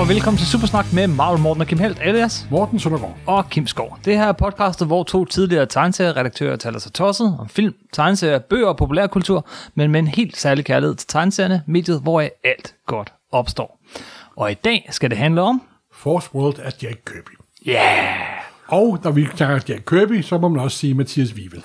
velkommen til Supersnak med Marvel Morten og Kim Helt, alias Morten Søndergaard og Kim Skov. Det her er podcastet, hvor to tidligere tegneserieredaktører taler sig tosset om film, tegneserier, bøger og populærkultur, men med en helt særlig kærlighed til tegneserierne, mediet, hvor alt godt opstår. Og i dag skal det handle om Force World af Jack Kirby. Ja! Yeah. Og når vi snakker Jack Kirby, så må man også sige Mathias Wivel.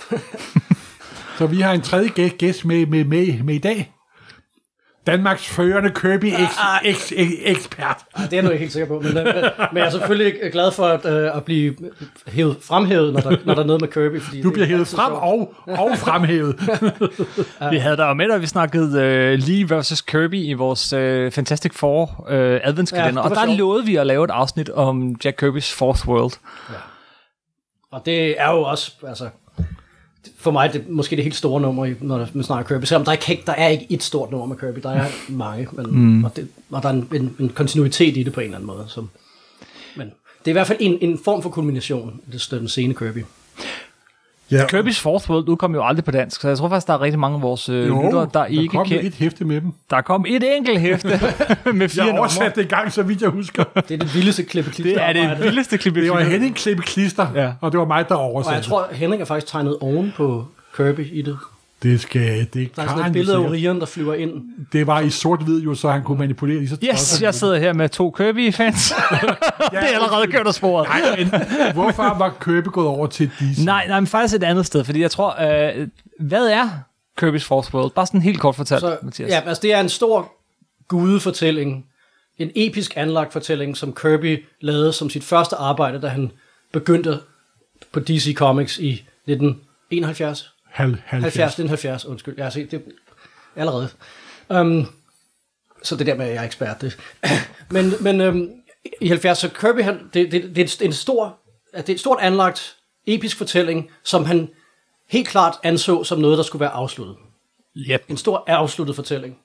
Så vi har en tredje gæst med i dag. Danmarks førende Kirby-ekspert. Det er jeg nu ikke helt sikker på, men jeg er selvfølgelig glad for at blive fremhævet, når der er noget med Kirby. Fordi du bliver hævet frem og fremhævet. Vi havde der med, da vi snakkede Lee vs. Kirby i vores Fantastic Four adventskalender, og der lovede vi at lave et afsnit om Jack Kirby's Fourth World. Ja. Og det er jo også, altså, for mig måske det helt store nummer, når man snakker Kirby. Selvom der er ikke et stort nummer med Kirby, der er mange, men, og der er en kontinuitet i det på en eller anden måde. Men det er i hvert fald en form for kulmination, den scene Kirby. Ja. Kirby's Fourth World udkom jo aldrig på dansk, så jeg tror faktisk, der er rigtig mange af vores lyttere, der ikke kom et hæfte med dem. Der kom et enkelt hæfte med 4 numre. Jeg oversatte det i gang, så vidt jeg husker. Det er det vildeste klippe-klister. Det er det vildeste klippe-klister. Det var Henning klippe-klister, ja. Og det var mig, der oversatte. Og jeg tror, Henning er faktisk tegnet oven på Kirby i det. Der er sådan et billede af Orion, der flyver ind. Det var i sort-hvid jo, så han kunne manipulere lige så. Yes, jeg sidder her med 2 Kirby-fans. Det er allerede kørt af sporet. Nej, men hvorfor var Kirby gået over til DC? Nej, men faktisk et andet sted, fordi jeg tror, hvad er Kirby's Fourth World? Bare sådan helt kort fortalt, Mathias. Ja, altså det er en stor gudefortælling, en episk anlagt fortælling, som Kirby lavede som sit første arbejde, da han begyndte på DC Comics i 1971. 70, undskyld. Jeg har set det allerede. Så det der med, at jeg er ekspert. Det. men i 70, så Kirby, det er et stort anlagt, episk fortælling, som han helt klart anså som noget, der skulle være afsluttet. Yep. En stor afsluttet fortælling.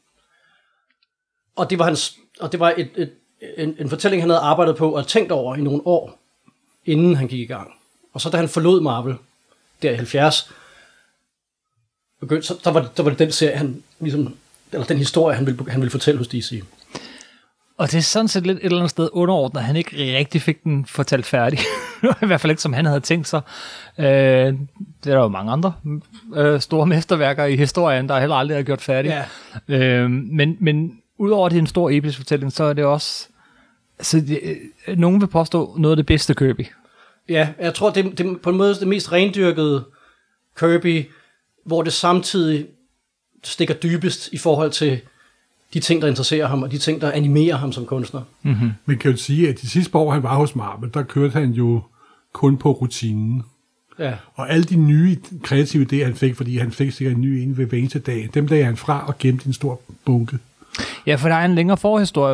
Og det var, en fortælling, han havde arbejdet på og tænkt over i nogle år, inden han gik i gang. Og så da han forlod Marvel, der i 70, så var det den serie, han ligesom, eller den historie, han ville fortælle hos DC. Og det er sådan set lidt et eller andet sted underordnet, at han ikke rigtig fik den fortalt færdig. I hvert fald ikke, som han havde tænkt sig. Det er der jo mange andre store mesterværker i historien, der heller aldrig har gjort færdig. Ja. Men udover at det er en stor episk fortælling, så er det også... nogen vil påstå noget af det bedste Kirby. Ja, jeg tror, det er på en måde det mest rendyrkede Kirby, hvor det samtidig stikker dybest i forhold til de ting, der interesserer ham, og de ting, der animerer ham som kunstner. Mm-hmm. Man kan jo sige, at de sidste år, han var hos Marvel, der kørte han jo kun på rutinen. Ja. Og alle de nye kreative idéer, han fik, fordi han fik sikkert en ny en ved hver eneste dag, dem lagde han fra og gemte en stor bunke. Ja, for der er en længere forhistorie.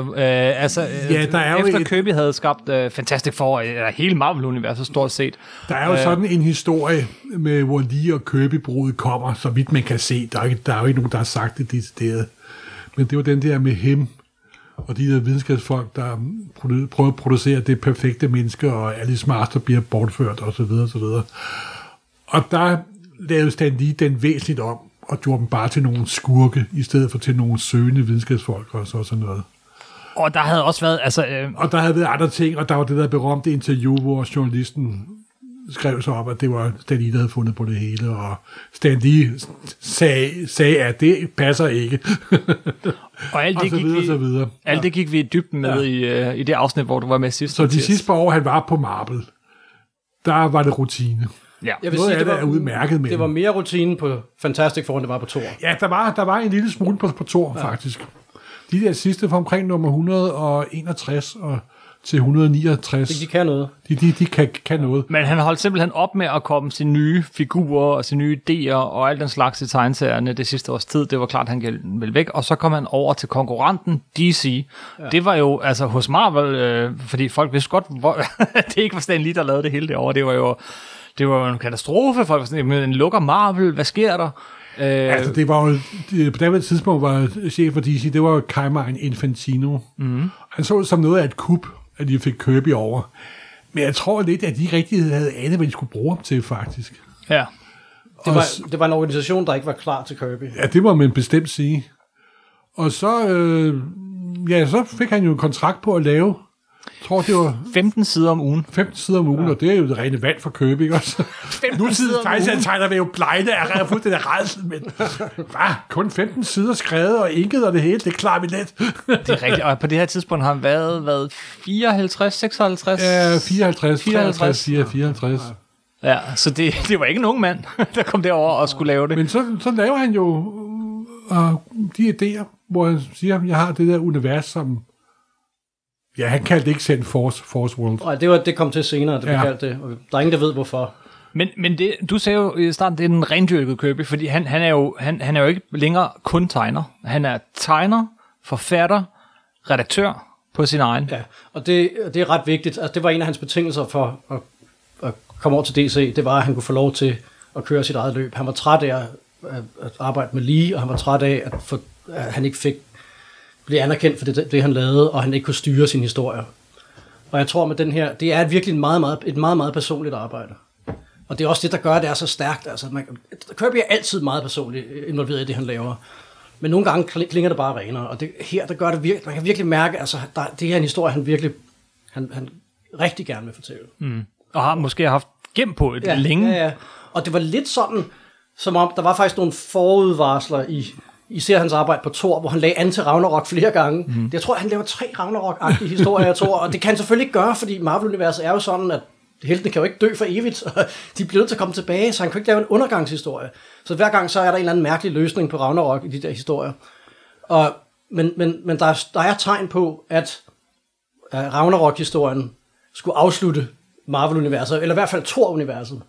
Der er efter Kirby havde skabt Fantastic Four, eller hele Marvel-universet stort set. Der er jo sådan en historie, med hvor Lee og Kirby-brudet kommer, så vidt man kan se. Der er jo ikke nogen, der har sagt det decideret. Men det var den der med ham, og de der videnskabsfolk, der prøver at producere det perfekte menneske, og Alice Master bliver bortført, og så videre, så videre. Og der lavede Stan Lee den væsentligt om, og gjorde dem bare til nogle skurke, i stedet for til nogle søgende videnskabsfolk og sådan noget. Og der havde også været... Og der havde været andre ting, og der var det der berømte interview, hvor journalisten skrev så op, at det var Stan Lee, der havde fundet på det hele, og Stan Lee sagde at det passer ikke. Og alt det, det gik vi i dybden med i det afsnit, hvor du var med sidst. Så de sidste par år, han var på Marvel, der var det rutine. Ja. Jeg vil sige, det var udmærket med. Det var mere rutine på Fantastic Four, end det var på Thor. Ja, der var en lille smule på Thor, faktisk. De der sidste fra omkring nummer 161 og til 169. De kan noget. De kan noget. Men han holdt simpelthen op med at komme sine nye figurer og sine nye idéer og alt den slags i tegneserierne det sidste års tid. Det var klart, han ville væk. Og så kom han over til konkurrenten DC. Ja. Det var jo altså hos Marvel, fordi folk vidste godt, det ikke var Stan Lee, der lavede det hele derovre. Det var jo en katastrofe. Folk var sådan, en lukker Marvel, hvad sker der? Altså, det var jo... På det tidspunkt var chef for DC, det var jo Carmine Infantino. Mm. Han så det som noget af et kup, at de fik Kirby over. Men jeg tror lidt, at de ikke rigtig havde anet, hvad de skulle bruge ham til, faktisk. Ja. Det var en organisation, der ikke var klar til Kirby. Ja, det må man bestemt sige. Og så, så fik han jo en kontrakt på at lave Jeg tror, det var 15 sider om ugen. 15 sider om ugen, og det er jo det rene vand for Kirby, ikke også? Nu sidder tegner vi jo blejne af fuldstændig rædsel, men kun 15 sider skrevet og inket og det hele, det klarer vi let. Det er rigtigt, og på det her tidspunkt har han været 54, 56? 54, 53, 54. Ja, så det var ikke en ung mand, der kom derover og skulle lave det. Men så laver han jo de idéer, hvor han siger, at jeg har det der univers, som... Ja, han kaldte det ikke selv Force World. Nej, det kom til senere, det blev kaldt det. Der er ingen, der ved, hvorfor. Men det, du sagde jo i starten, det er den rendyrkede Kirby, fordi han er jo ikke længere kun tegner. Han er tegner, forfatter, redaktør på sin egen. Ja, og det er ret vigtigt. Altså, det var en af hans betingelser for at komme over til DC, det var, at han kunne få lov til at køre sit eget løb. Han var træt af at arbejde med Lee, og han var træt af, at han ikke fik blive anerkendt for det, han lavede, og han ikke kunne styre sin historie. Og jeg tror med den her, det er virkelig et meget, meget personligt arbejde. Og det er også det, der gør, at det er så stærkt. Altså, Kirby er altid meget personligt involveret i det, han laver. Men nogle gange klinger det bare renere, og det her, der gør det virkelig, man kan virkelig mærke, altså, det her er en historie, han rigtig gerne vil fortælle. Mm. Og har måske haft gemt på et længe. Ja. Og det var lidt sådan, som om der var faktisk nogle forudvarsler især hans arbejde på Thor, hvor han lagde an til Ragnarok flere gange. Mm. Jeg tror, han laver 3 Ragnarok-agtige historier, og det kan han selvfølgelig ikke gøre, fordi Marvel-universet er jo sådan, at heltene kan jo ikke dø for evigt, og de bliver nødt til at komme tilbage, så han kan ikke lave en undergangshistorie. Så hver gang så er der en eller anden mærkelig løsning på Ragnarok i de der historier. Men der er tegn på, at Ragnarok-historien skulle afslutte Marvel-universet, eller i hvert fald Thor-universet,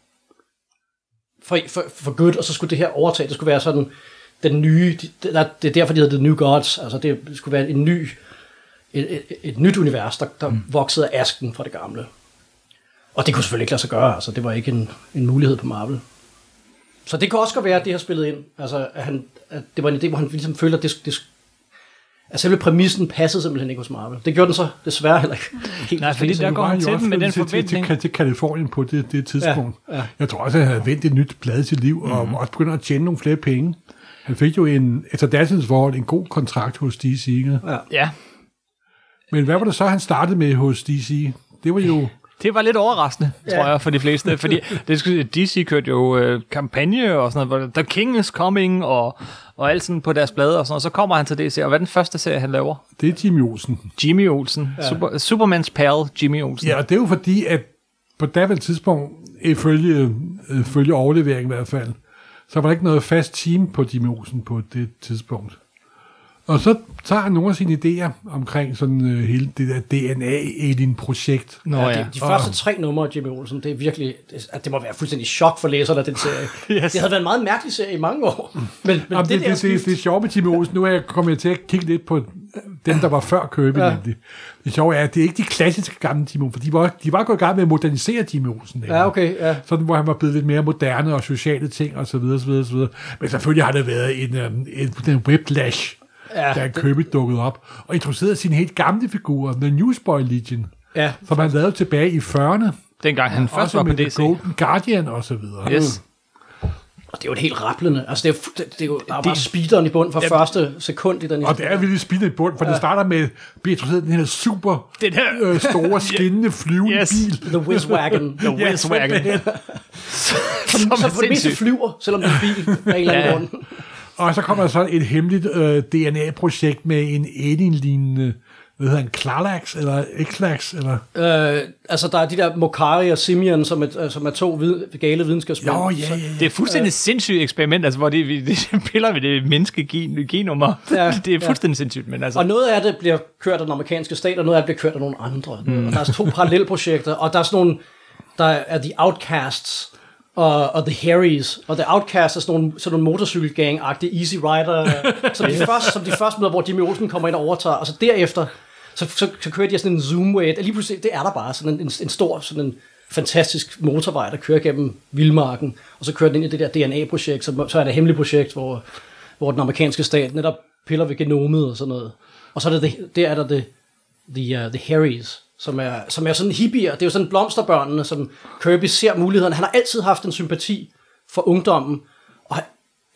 for godt, og så skulle det her overtage. Det skulle være sådan den nye, det er derfor, de hedder The New Gods, altså det skulle være et nyt univers, der voksede af asken fra det gamle. Og det kunne selvfølgelig ikke lade sig gøre, altså det var ikke en mulighed på Marvel. Så det kan også godt være, at det har spillet ind, altså at det var en idé, hvor han ligesom følte, at selve præmissen passede simpelthen ikke hos Marvel. Det gjorde den så desværre heller ikke. Nej, fordi der går han til den med den forventning. Til Californien på det tidspunkt. Ja. Jeg tror også, at han havde vendt et nyt blad i sit liv, og også begynder at tjene nogle flere penge. Han fik jo efter datidens forhold en god kontrakt hos DC. Ja. Men hvad var det så, han startede med hos DC? Det var jo... Det var lidt overraskende, tror jeg, for de fleste. Fordi DC kørte jo kampagne og sådan noget, The King is Coming og alt sådan på deres blade og sådan noget. Så kommer han til DC, og hvad er den første serie, han laver? Det er Jimmy Olsen. Jimmy Olsen. Ja. Supermans pal, Jimmy Olsen. Ja, og det er jo fordi, at på daværende tidspunkt, ifølge overlevering i hvert fald, så var der ikke noget fast team på Jimmy Olsen på det tidspunkt. Og så tager han nogle af sine idéer omkring sådan hele det der DNA-alien-projekt. De første 3 numre af Jimmy Olsen, det er virkelig, det må være fuldstændig chok for læserne af den serie. Yes. Det havde været en meget mærkelig serie i mange år. Men det er sjovt med Jimmy Olsen. Nu er jeg kommet til at kigge lidt på dem, der var før Kirby. Nemlig. Det sjove er, at det er ikke de klassiske gamle Jimmy Olsen, for de var gået i gang med at modernisere Jimmy Olsen. Sådan, hvor han var blevet lidt mere moderne og sociale ting og så videre. Men selvfølgelig har det været en whiplash, da Kirby dukkede op, og introducerede sine helt gamle figurer, The Newsboy Legion, som han lavede tilbage i 40'erne. Dengang han først var på DC. Golden Guardian og så videre. Yes. Og det er jo et helt rablende. Altså det er jo bare speederen i bund fra første sekund i den. Og det er virkelig speederen i bund, for det starter med at blive introduceret den her super store, skinnende flyvende bil. The Whiz-Wagon. The Whiz-Wagon. Som på det meste flyver, selvom det er en bil af en eller anden grund. Og så kommer der så et hemmeligt DNA-projekt med en alien-lignende, hvad hedder en Klarlax, eller Xlax, eller? Altså, der er de der Mokari og Simian, som er 2 gale videnskabsmænd. Det er fuldstændig sindssygt eksperiment, altså, hvor de piller ved det menneskegenummer. Det er fuldstændig sindssygt, men altså. Og noget af det bliver kørt af den amerikanske stat, og noget af det bliver kørt af nogle andre. Og der er 2 parallelprojekter, og der er sådan nogle, der er The Outcasts, og The Harrys, og The Outcasts er sådan nogle motorcykelgang-agtige Easy Rider, som de første møder, hvor Jimmy Olsen kommer ind og overtager, og så derefter, så kører de sådan en zoomway, lige pludselig, det er der bare, sådan en stor, sådan en fantastisk motorvej, der kører gennem vildmarken, og så kører den ind i det der DNA-projekt, så er det et hemmeligt projekt, hvor den amerikanske stat netop piller ved genomet og sådan noget, og så er der The Harrys, som er sådan hippier. Det er jo sådan blomsterbørnene, som Kirby ser mulighederne. Han har altid haft en sympati for ungdommen, og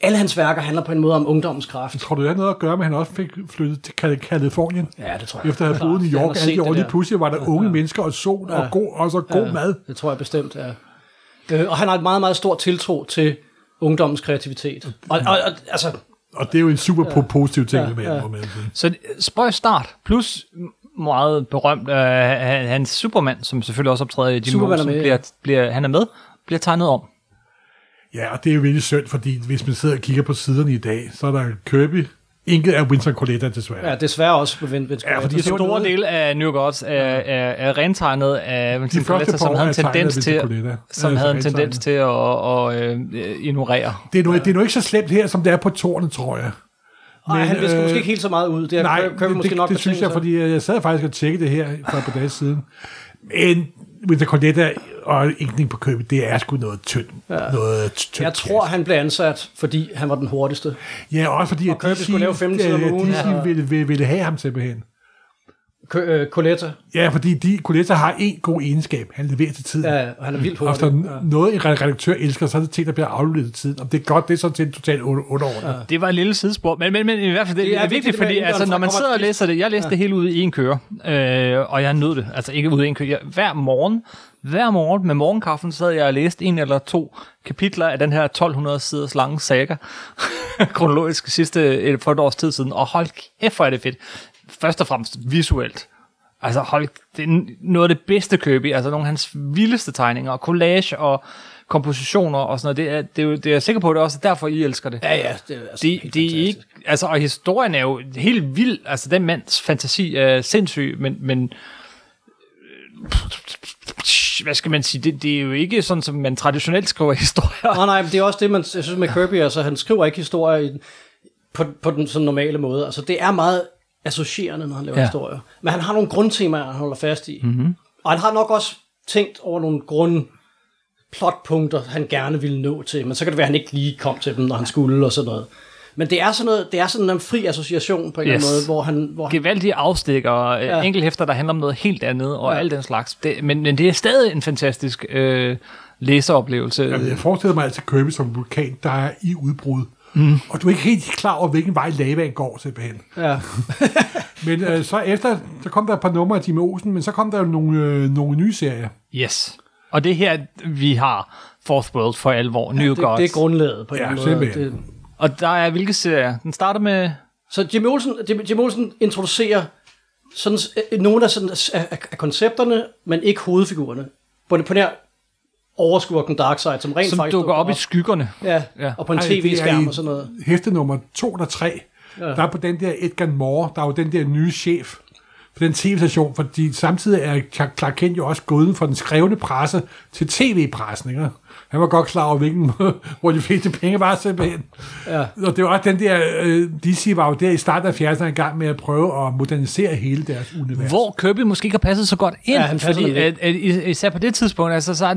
alle hans værker handler på en måde om ungdommens kraft. Jeg tror, det har noget at gøre med, at han også fik flyttet til Californien. Ja, det tror jeg. Efter at have boet i New York, alle de år lige pludselig var der unge mennesker og sol og god mad. Det tror jeg bestemt, ja. Og han har et meget, meget stort tiltro til ungdommens kreativitet. Og det er jo en super positiv ting med ham. Så spøj start, plus meget berømt hans Superman, som selvfølgelig også optræder i Jim Morrison, han er med, bliver tegnet om. Ja, og det er jo virkelig synd, fordi hvis man sidder og kigger på siderne i dag, så er der Kirby, inket af Vincent Coletta desværre. Ja, desværre også på Vincent Coletta. Ja, fordi en stor del af New Gods er rentegnet af Vincent Coletta, som havde en tendens til at ignorere. Det er nu ikke så slemt her, som det er på tårnet, tror jeg. Nej, han visker måske ikke helt så meget ud. Det synes jeg, fordi jeg sad faktisk og tjekkede det her for et par dage siden. Men Vincent Coletta og inkning på Kirby, det er sgu noget tyndt. Jeg tror, han blev ansat, fordi han var den hurtigste. Ja, også fordi og Kirby skulle lave 15 tider om ugen. De ville have ham simpelthen. Coletta. Ja, fordi Coletta har en god egenskab. Han leverer til tiden. Ja, og han er vildt hurtig. Efter noget, en redaktør elsker, så er det ting, der bliver afleveret til tiden. Om det er godt, det er sådan til totalt underordnet. Ja. Det var en lille sidespor, men i hvert fald det er vigtigt, fordi altså, når man sidder og læser det, jeg læste det hele ude i en køre, og jeg nød det. Altså ikke ude i en køre. Hver morgen med morgenkaffen sad jeg og læste 1 eller 2 kapitler af den her 1200 siders lange saga, kronologisk sidste for et års tid siden, og hold kæft, hvor er det fedt. Først og fremmest visuelt. Altså det er noget af det bedste Kirby, altså nogle af hans vildeste tegninger, og collage og kompositioner og sådan noget. Det er jeg sikker på, det er også derfor, I elsker det. Ja, det er altså helt ikke, altså, og historien er jo helt vild. Altså, den mands fantasi er sindssyg, men hvad skal man sige, det er jo ikke sådan, som man traditionelt skriver historier. Nej, men det er også det, jeg synes med Kirby, altså han skriver ikke historier på den sådan normale måde. Altså, det er meget associerende, når han laver historier. Men han har nogle grundtemaer, han holder fast i. Mm-hmm. Og han har nok også tænkt over nogle plotpunkter, han gerne ville nå til, men så kan det være, at han ikke lige kom til dem, når han skulle og sådan noget. Men det er sådan en fri association på en eller anden måde, hvor han gevaldige afstikker, enkelthæfter, der handler om noget helt andet, og alt den slags. Men det er stadig en fantastisk læseoplevelse. Jamen, jeg forestiller mig altså Kirby som vulkan, der er i udbrud. Og du er ikke helt klar over, hvilken vej lavaen går, simpelthen. Ja. Men så kom der et par numre af Jimmy Olsen, men så kom der jo nogle nye serier. Yes. Og det her, vi har Fourth World for alvor, New Gods. Det er grundlaget på en måde. Og der er hvilke serier? Den starter med... Så Jimmy Olsen introducerer sådan, nogle af koncepterne, men ikke hovedfigurerne. På nær overskurken Darkseid, som rent faktisk dukker op i skyggerne. Ja, og på en tv-skærm og sådan noget. Hæfte nummer 2 og 3, der er på den der Edgar Moore, der er jo den der nye chef for den tv-station, fordi samtidig er Clark Kent jo også gået fra den skrevne presse til tv-pressen, ikke? Han var godt klar over, hvor de fleste penge var simpelthen. Ja. Og det var også den der, DC var jo der i starten af 70'erne i gang med at prøve at modernisere hele deres univers. Hvor Kirby måske ikke har passet så godt ind, fordi især på det tidspunkt, altså så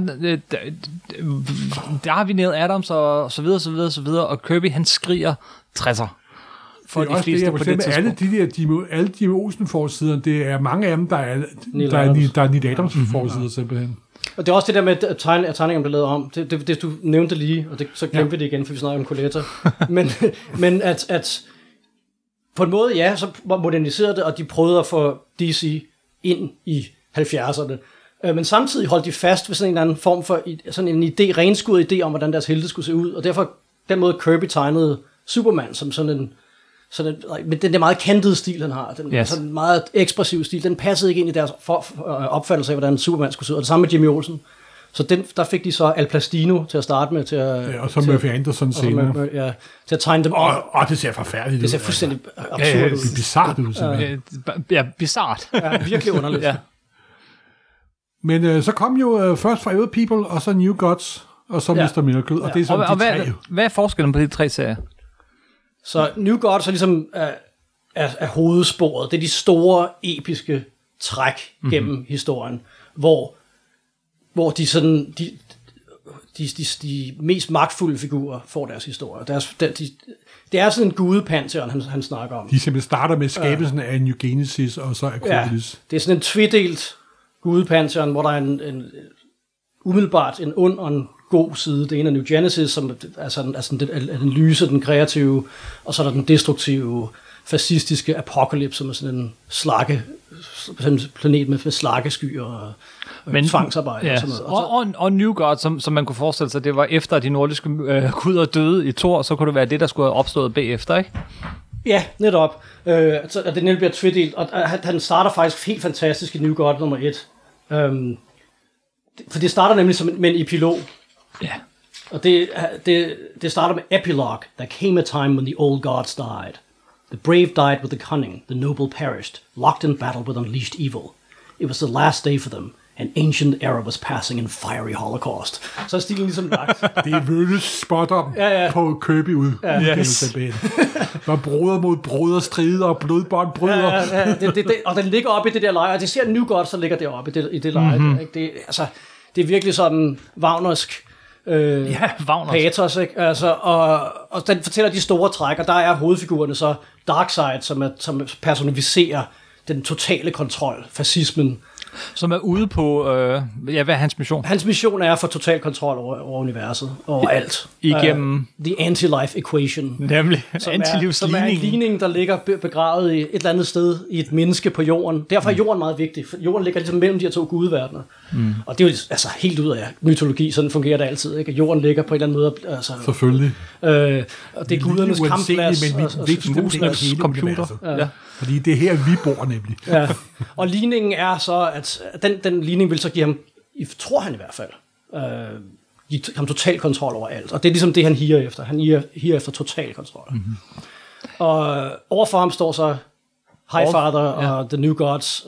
der har vi Neil Adams og så videre, og Kirby han skriger 60'er. For det er de fleste på det tidspunkt. Alle de Olsen-forsiderne, det er mange af dem, der er Neil Adams forsider simpelthen. Og det er også det der med at tegningerne blev lavet om. Det du nævnte lige, og så glemte vi det igen, for vi snakker om Coletta. men at på en måde, så moderniserede det, og de prøvede at få DC ind i 70'erne. Men samtidig holdt de fast ved sådan en eller anden form for sådan en idé, renskuret idé om, hvordan deres helte skulle se ud. Og derfor den måde Kirby tegnede Superman som sådan med den der meget kantede stil, han har, den sådan meget ekspressiv stil, den passede ikke ind i deres opfattelse af, hvordan Superman skulle se ud. Og det samme med Jimmy Olsen. Så der fik de så Al Plastino til at starte med. Og så Murphy Anderson senere. Til at tegne dem op. Og det ser forfærdeligt ud. Det ser fuldstændig absurd ud. Det er bizarrt ud, simpelthen. Ja, bizarrt. Ja, virkelig underligt. Ja. Men så kom jo først Forever People, og så New Gods, og så Mr. Miracle. Og det er sådan hvad er forskellen på de 3 serier? Så New Gods så ligesom er hovedsporet. Det er de store, episke træk gennem historien, hvor de sådan de mest magtfulde figurer får deres historie. Det er sådan en gudepantheon, han snakker om. De simpelthen starter med skabelsen af New Genesis, og så Acropolis. Ja, det er sådan en tvedelt gudepantheon, hvor der er en umiddelbart en ond og en god side. Det ene er New Genesis, som altså den lyse, den kreative, og så er der den destruktive, fascistiske Apocalypse, som er sådan en planet med slakkeskyer og tvangsarbejde. Ja. Og sådan noget. Og New God, som man kunne forestille sig, det var efter, at de nordiske guder døde i Thor, så kunne det være det, der skulle have opstået bagefter, ikke? Ja, netop. Så det nemlig bliver tvedelt, og han starter faktisk helt fantastisk i New God nummer 1. For det starter nemlig med en epilog. Ja. Og det starter med epilogue. There came a time when the old gods died. The brave died with the cunning, the noble perished, locked in battle with unleashed evil. It was the last day for them. An ancient era was passing in fiery holocaust. Så er stilen ligesom lagt. Det er Vølles spot om på Kirby ud. Yes. Når broder mod broder strider og blodbånd bryder. Og den ligger oppe i det der leje, og det ser New God, så ligger det oppe i det leje. Det er virkelig sådan Wagnersk patos, ikke? Altså, og den fortæller de store træk, og der er hovedfigurerne så Darkseid, som personificerer den totale kontrol, fascismen. Som er ude på, hvad er hans mission? Hans mission er at få total kontrol over universet, over alt. Igennem... The Anti-Life Equation. Nemlig, antilivsligningen. Som er en ligning, der ligger begravet i et eller andet sted i et menneske på jorden. Derfor er jorden meget vigtig, for jorden ligger ligesom mellem de her to gudeverdener. Og det er jo altså helt ud af mytologi, sådan fungerer det altid, ikke? Jorden ligger på en eller anden måde... Altså, selvfølgelig. Og det er gudernes kampplads. Men musenes computer. Ja. Fordi det er her, vi bor nemlig. Ja. Og ligningen er så, at den ligning vil så give ham, tror han i hvert fald, give ham total kontrol over alt. Og det er ligesom det, han higer efter. Han higer efter total kontrol. Mm-hmm. Og overfor ham står så Highfather og The New Gods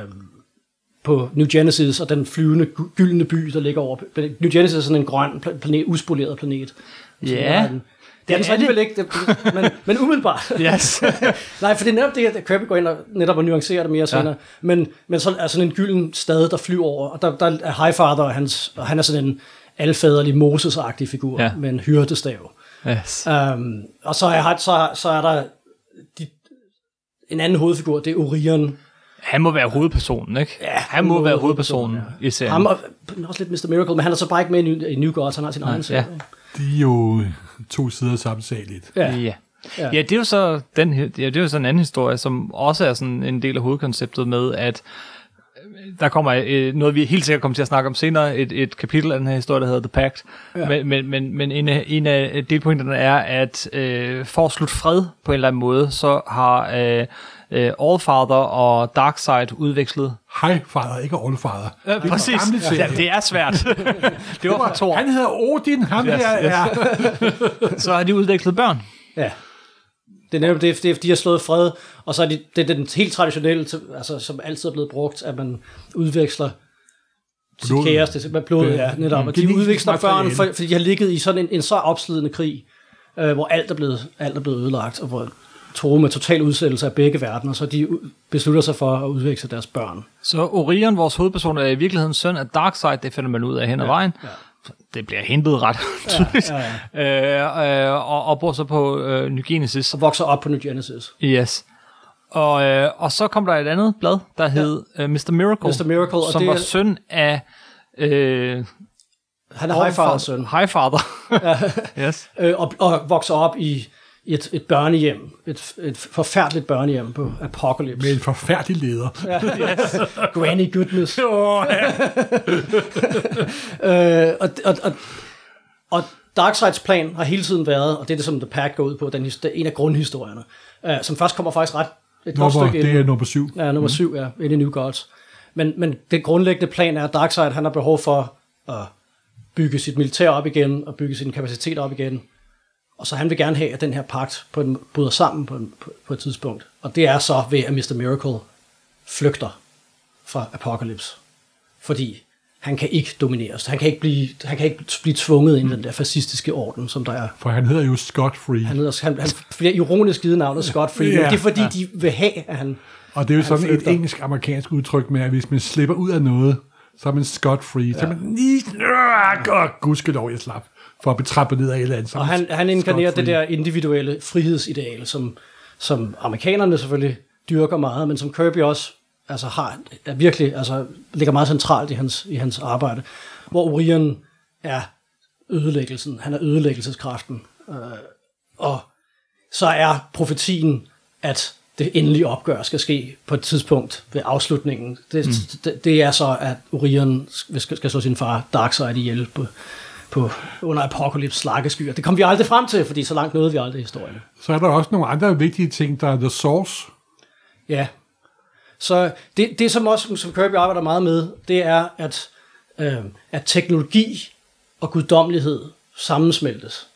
på New Genesis, og den flyvende, gyldne by, der ligger over. New Genesis er sådan en grøn planet, uspoleret planet. Ja. Det er den så alligevel ikke, men umiddelbart. Yes. Nej, for det er netop det, at Kirby går ind og netop nuancerer det mere senere. Men så er sådan en gylden stad, der flyver over, og der er Highfather, og han er sådan en alfaderlig Moses-agtig figur, med en hyrdestav. Yes. Og så er der en anden hovedfigur, det er Orion. Han må være hovedpersonen, ikke? Ja, han må være hovedpersonen i serien. Han er også lidt Mr. Miracle, men han er så bare ikke med i New Gods, han har sin egen serie. De er jo to sider sammensageligt. Ja, det er jo så det er jo så en anden historie, som også er sådan en del af hovedkonceptet med, at der kommer noget, vi helt sikkert kommer til at snakke om senere, et kapitel af den her historie, der hedder The Pact. Ja. Men en af delpunkterne er, at for at slutte fred på en eller anden måde, så har Allfather og Darkseid udvekslet. Highfather, ikke Allfather. Ja, præcis. Ja, det er svært. Det var fra Thor. Han hedder Odin, ham her er. Så har de udvekslet børn. Ja. Det er netop det, de har slået fred, og så er det er den helt traditionelle, altså, som altid er blevet brugt, at man udveksler sit kæreste med blod, netop. Og de udveksler børn, fordi de har ligget i sådan en så opslidende krig, hvor alt er blevet ødelagt, og hvor Thor med total udsættelse af begge verdener, så de beslutter sig for at udveksle deres børn. Så Orion, vores hovedperson, er i virkeligheden søn af Darkseid, det finder man ud af hen ad vejen. Ja. Det bliver hentet ret tydeligt. Og bor så på New Genesis. Og vokser op på New Genesis. Yes. Og så kom der et andet blad, der hed Mr. Miracle, som det var søn af... han er Highfathers søn. Highfather. Yes. Og vokser op i et børnehjem, et forfærdeligt børnehjem på Apocalypse. Med en forfærdelig leder. Yes. Granny goodness. Og Darkseids plan har hele tiden været, og det er det, som The Pact går ud på, en af grundhistorierne, som først kommer faktisk et godt stykke ind. Det er nummer 7. Ja, nummer 7, ind i New Gods. Men det grundlæggende plan er, at Darkseid, han har behov for at bygge sit militær op igen, og bygge sin kapacitet op igen. Og så han vil gerne have, at den her pagt bryder sammen på et tidspunkt. Og det er så ved, at Mr. Miracle flygter fra Apocalypse. Fordi han kan ikke domineres. Han kan ikke blive tvunget ind i den der fascistiske orden, som der er. For han hedder jo Scott Free. Han bliver ironisk givet navnet Scott Free. Ja. Det er fordi, de vil have, at han og det er jo sådan flygter. Et engelsk-amerikansk udtryk med, at hvis man slipper ud af noget, så er man Scott Free. Ja. Så er man gudskelov, jeg slap for at betrappe ned af et eller andet. Og han inkarnerer det der individuelle frihedsideal, som amerikanerne selvfølgelig dyrker meget, men som Kirby også altså virkelig ligger meget centralt i hans arbejde, hvor Orion er ødelæggelsen, han er ødelæggelseskraften. Og så er profetien, at det endelige opgør skal ske på et tidspunkt ved afslutningen. Det er så, at Orion skal slå sin far Darkseid ihjel under Apocalypse slakkeskyer. Det kom vi aldrig frem til, fordi så langt nåede vi aldrig i historien. Så er der også nogle andre vigtige ting, der er The Source. Ja. Så det som Kirby arbejder meget med, det er, at teknologi og guddommelighed sammensmeltes.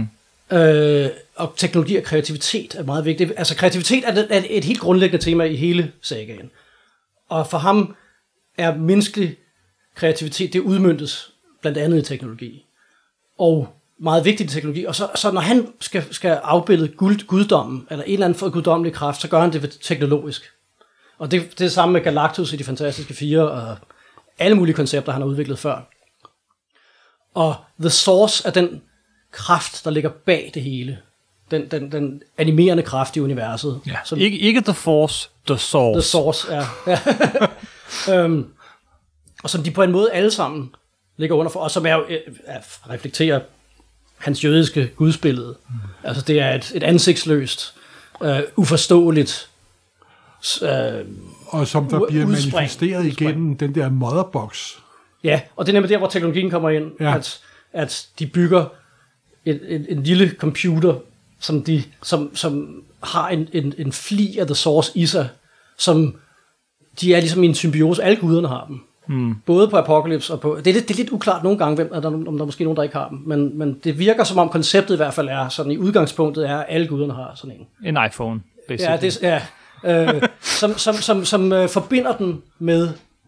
Og teknologi og kreativitet er meget vigtigt. Altså kreativitet er et helt grundlæggende tema i hele sagaen. Og for ham er menneskelig kreativitet, det udmøntes blandt andet i teknologi. Og meget vigtigt i teknologi. Og så når han skal afbilde guddommen, eller en eller anden for guddommelig kraft, så gør han det teknologisk. Og det er det samme med Galactus i De Fantastiske Fire, og alle mulige koncepter, han har udviklet før. Og The Source er den kraft, der ligger bag det hele. Den animerende kraft i universet. Ja. Som, ikke The Force, The Source. The Source, ja. Og som de på en måde alle sammen ligger under for, og som er jo reflekterer hans jødiske gudsbillede. Altså det er et ansigtsløst, uforståeligt og som der bliver manifesteret igennem den der motherbox. Ja, og det er nemlig der, hvor teknologien kommer ind, at de bygger en lille computer, som har en fli af The Source i sig, som de er ligesom i en symbiose. Alle guderne har dem. Både på Apocalypse og på... Det er lidt uklart nogle gange, om der er måske nogen, der ikke har dem. Men det virker som om konceptet i hvert fald er sådan, i udgangspunktet er, at alle guderne har sådan en. En iPhone, basically. Som forbinder den med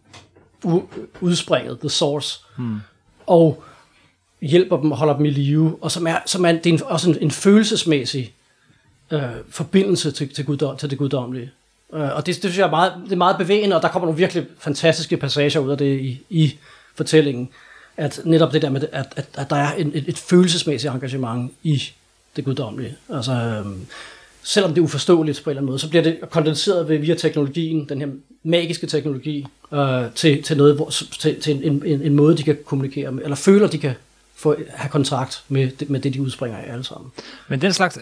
udspringet, The Source, og hjælper dem og holder dem i live, og det er også en følelsesmæssig forbindelse til det guddommelige. Og det synes jeg er meget bevægende, og der kommer nogle virkelig fantastiske passager ud af det i fortællingen, at netop det der med, at der er et følelsesmæssigt engagement i det guddommelige. Altså, selvom det er uforståeligt på en eller anden måde, så bliver det kondenseret via teknologien, den her magiske teknologi, til noget, til en måde, de kan kommunikere med, eller føler, de kan have kontrakt med det, de udspringer af alle sammen. Men den slags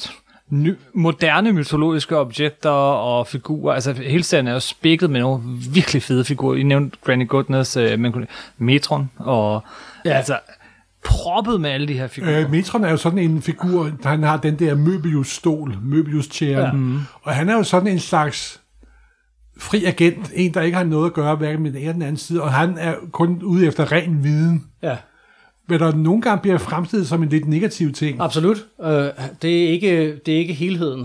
moderne mytologiske objekter og figurer, altså hele serien er jo spækket med nogle virkelig fede figurer. I nævnte Granny Goodness, Metron, og altså proppet med alle de her figurer. Metron er jo sådan en figur, han har den der Möbius-stol, Möbius-chair, og han er jo sådan en slags fri agent, en der ikke har noget at gøre hverken med den ene eller den anden side, og han er kun ude efter ren viden. Ja. Men der nogle gange bliver fremstillet som en lidt negativ ting. Absolut. Det er ikke helheden.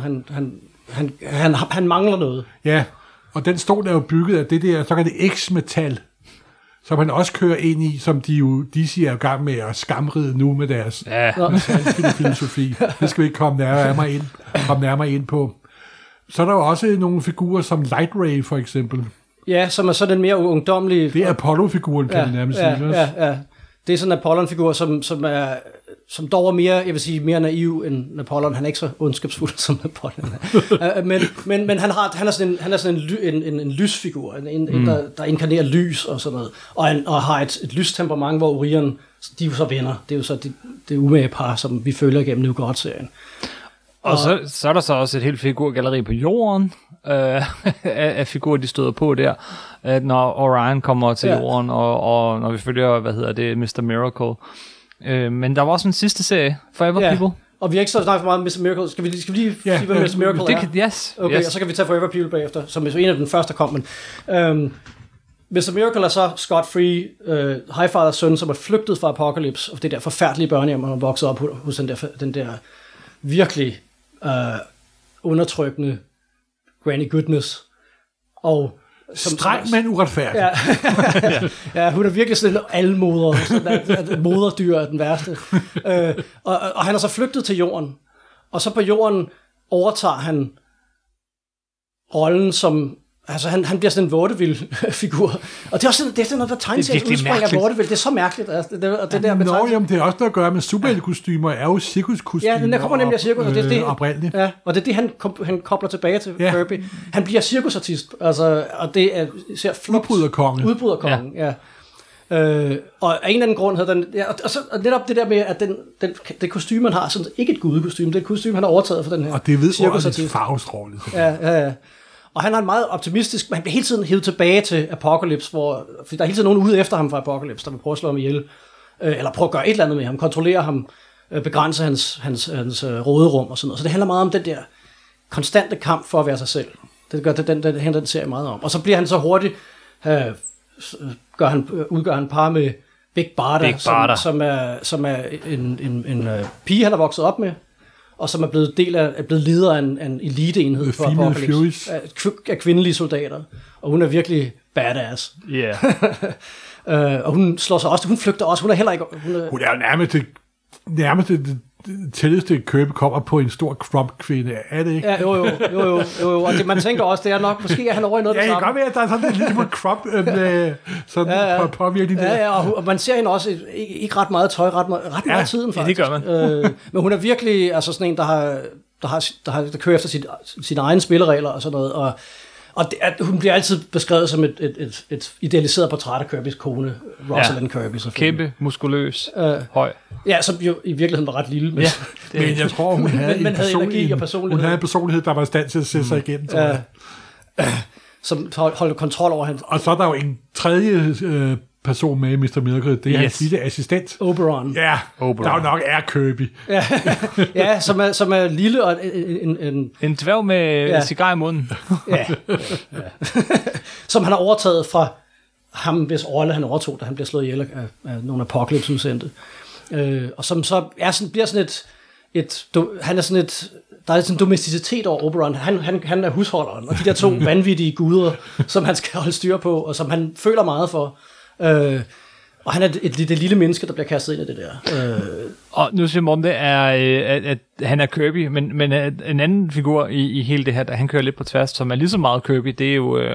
Han mangler noget. Ja, og den stol er jo bygget af det der såkaldte X-metal, som han også kører ind i, som DC er i gang med at skamride nu med deres filosofi. Det skal vi ikke komme nærmere ind på. Så er der jo også nogle figurer som Light Ray for eksempel. Ja, som er så den mere ungdomlige... Det er Apollo-figuren, kan man nærmest sige. Ja. Det er sådan en Apollon-figur, som dog er mere, jeg vil sige, mere naiv end Apollon. Han er ikke så ondskabsfuld som Apollon. men han er sådan en lysfigur, der inkarnerer lys og sådan noget, og har et lystemperament, hvor Orion, de er jo så venner. Det er jo så det umage par, som vi følger gennem New God-serien. Og så er der så også et helt figurgalleri på jorden af figurer, de støder på der, når Orion kommer til jorden, og når vi følger, Mr. Miracle. Men der var også en sidste serie, Forever People. Og vi har ikke så snakket for meget om Mr. Miracle. Skal vi lige sige, hvad Mr. Miracle er? Yes. Okay, og så kan vi tage Forever People bagefter, som er en af den første, der kom. Men, Mr. Miracle er så Scott Free, Highfathers søn, som er flygtet fra Apocalypse, og det der forfærdelige børnehjem, han har vokset op hos den der virkelig undertrykkende Granny Goodness. Og streng, men uretfærdig. Ja, hun er virkelig sådan en almoder, moderdyr er den værste. Og han er så flygtet til jorden, og så på jorden overtager han rollen som... Altså, han bliver sådan en vaudeville-figur. Og det er også sådan noget, der tegneserien udspringer af vaudeville. Det er så mærkeligt. Altså, det er også noget at gøre med superheltekostymer, er jo cirkuskostymer. Ja, der kommer nemlig af cirkus, og det oprindeligt. Ja, og det er det, han kobler tilbage til Kirby. Han bliver cirkusartist, altså, og det er især flot. Udbryderkongen, ja. Og af en eller anden grund havde den... Ja, og netop det der med, at det kostume, man har, sådan, ikke et gudekostume, det er et kostume, han har overtaget for den her. Og det er vidunderligt farvestrålet. Ja. Og han er en meget optimistisk... Man bliver hele tiden hævet tilbage til Apocalypse, for der er hele tiden nogen ude efter ham fra Apocalypse, der vil prøve at slå ham ihjel. Eller prøve at gøre et eller andet med ham, kontrollere ham, begrænse hans råderum og sådan noget. Så det handler meget om den der konstante kamp for at være sig selv. Det gør den serie meget om. Og så bliver han så hurtigt... udgør han par med Big Barda, som er en pige, han er vokset op med, og som er blevet blevet leder af en eliteenhed for Apocalypse af kvindelige soldater. Og hun er virkelig badass. Og hun slår sig også, hun flygter også, hun er heller ikke... Hun er jo nærmest det tætteste Kirby kommer på en stor Crump-kvinde, er det ikke? Ja, jo. Og det, man tænker også, det er nok, måske er han over i noget det samme. Ja, det kan godt være, at der er sådan en lille Crump sådan påvirkning der. Ja, og man ser hende også ikke ret meget tøj, ret meget tiden faktisk. Ja, det gør man. Men hun er virkelig altså sådan en, der kører efter sine egne spilleregler og sådan noget, og hun bliver altid beskrevet som et idealiseret portræt af Kirbys kone, Rosalind Kirby. Kæmpe, muskuløs, høj. Ja, som jo i virkeligheden var ret lille. Men, men jeg tror, hun havde energi og personlighed. Hun havde en personlighed, der var i stand til at sætte sig igennem. Som holdt kontrol over ham. Og så er der jo en tredje person med i Mr. Miracle, det er hans lille assistent. Oberon. Ja, Oberon. Der jo nok er Kirby. Ja, som er lille og en dværg med cigar i munden. Ja. Som han har overtaget fra ham, hvis rolle han overtog, da han bliver slået ihjel af nogle Apocalypse-udsendte. Og som så bliver sådan han er sådan der er sådan en domesticitet over Oberon. Han er husholderen, og de der to vanvittige guder, som han skal holde styr på, og som han føler meget for. Og han er det lille menneske, der bliver kastet ind i det der. Og nu siger Morten, det er, at han er Kirby, men en anden figur i hele det her, der han kører lidt på tværs, som er lige så meget Kirby, det er jo,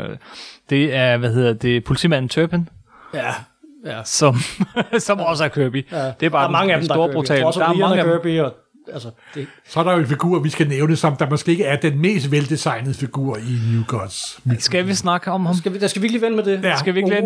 politimanden Turpin. Ja. Som også er Kirby. Ja. Det er bare der er mange af dem, der er brutale. Der er mange af Kirby, og altså, så er der jo en figur, vi skal nævne, som der måske ikke er den mest veldesignede figur i New Gods. Skal vi snakke om ham? Skal vi ikke lige vende med det? Ja. Skal vi ikke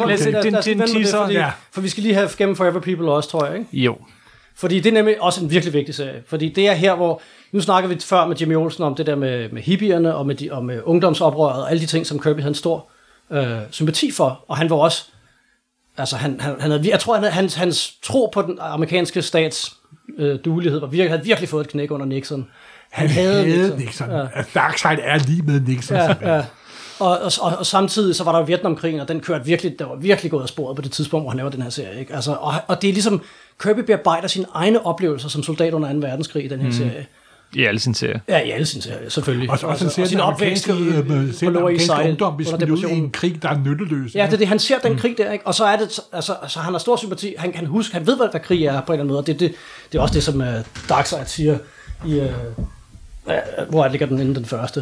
vende for vi skal lige have gennem Forever People også, tror jeg, ikke? Jo. Fordi det er nemlig også en virkelig vigtig serie. Fordi det er her, hvor... Nu snakker vi før med Jimmy Olsen om det der med hippierne og med ungdomsoprøret og alle de ting, som Kirby havde en stor sympati for. Og han var også... Altså, jeg tror, hans tro på den amerikanske stats duelighed havde virkelig fået et knæk under Nixon. Han havde Nixon. Ja. Darkseid er lige med Nixon. Ja. Og samtidig så var der jo Vietnamkrigen, og den kørte virkelig, der var virkelig gået af sporet på det tidspunkt, hvor han laver den her serie. Ikke? Altså, og det er ligesom, Kirby bearbejder sine egne oplevelser som soldat under 2. verdenskrig i den her serie. I alle sine serier. Ja, i alle sine serier, selvfølgelig. Og sin opvækst i Lower East Side ungdom, hvis man ud i en krig, der er nytteløs. Ja, det er det, han ser den krig der, ikke? Og så er det, altså han har stor sympati, han kan huske, han ved, hvad krig er på en eller anden måde, og det er også det, som Darkseid siger i, hvor ligger den inden den første.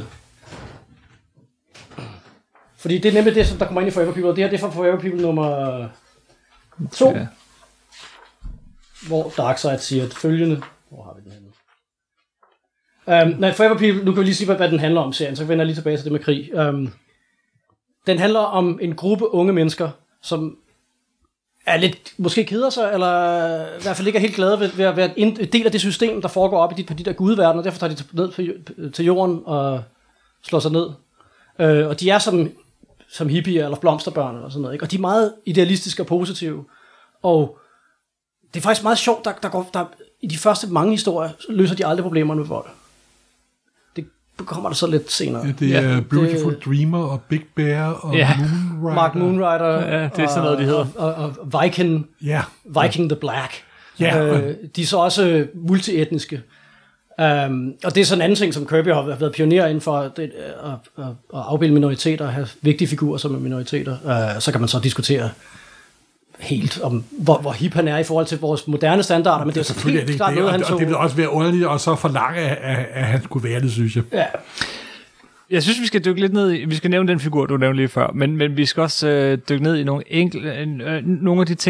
Fordi det er nemlig det, som der kommer ind i Forever People, og det her det er fra Forever People nummer 2, okay. Hvor Darkseid siger følgende, hvor har vi den henne? Forever People, nu kan vi lige sige, hvad den handler om, serien, så vender jeg lige tilbage til det med krig. Den handler om en gruppe unge mennesker, som er lidt, måske keder sig, eller i hvert fald ikke er helt glade ved at være en del af det system, der foregår op på de der gudeverdener, og derfor tager de ned til jorden og slår sig ned. Og de er som hippier eller blomsterbørn eller sådan noget, ikke? Og de er meget idealistiske og positive. Og det er faktisk meget sjovt, der i de første mange historier løser de aldrig problemerne med vold. Det kommer der så lidt senere. Ja, det er Beautiful Dreamer og Big Bear og Moonrider. Mark Moonrider. Ja, det er sådan noget, de hedder. Og Viking. Ja. Viking the Black. Ja. De er så også multietniske. Og det er sådan en anden ting, som Kirby har været pioner inden for at afbilde minoriteter og have vigtige figurer som er minoriteter. Så kan man så diskutere helt om, hvor hip han er i forhold til vores moderne standarder, men det er så helt klart noget, han tog. Og det vil også være underligt, og så forlange, at han skulle være det, synes jeg. Ja. Jeg synes, vi skal dykke lidt ned i, vi skal nævne den figur, du nævnte lige før, men vi skal også dykke ned i nogle af de ting,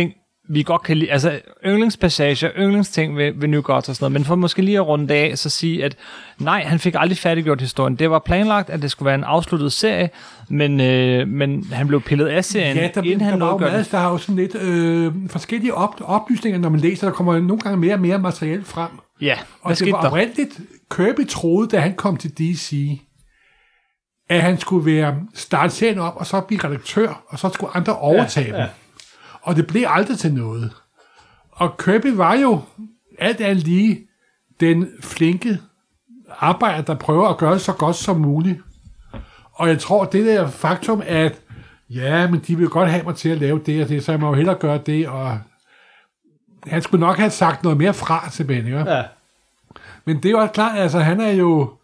vi godt kan lide, altså yndlingspassager, yndlingsting ved New Gods og sådan noget, men for måske lige at runde det af, så sige, at nej, han fik aldrig færdiggjort historien. Det var planlagt, at det skulle være en afsluttet serie, men han blev pillet af serien, inden han nåede at gøre det. Der er jo sådan lidt forskellige oplysninger, når man læser, der kommer nogle gange mere og mere materiale frem. Ja, og det var oprindeligt, Kirby troede, da han kom til DC, at han skulle starte serien op, og så blive redaktør, og så skulle andre overtage dem. Og det blev aldrig til noget. Og Kirby var jo alt andet lige den flinke arbejder, der prøver at gøre det så godt som muligt. Og jeg tror, det der faktum, at ja, men de vil godt have mig til at lave det og det, så jeg må jo hellere gøre det, og han skulle nok have sagt noget mere fra til Ben, ikke? Ja. Men det er jo klart, altså han er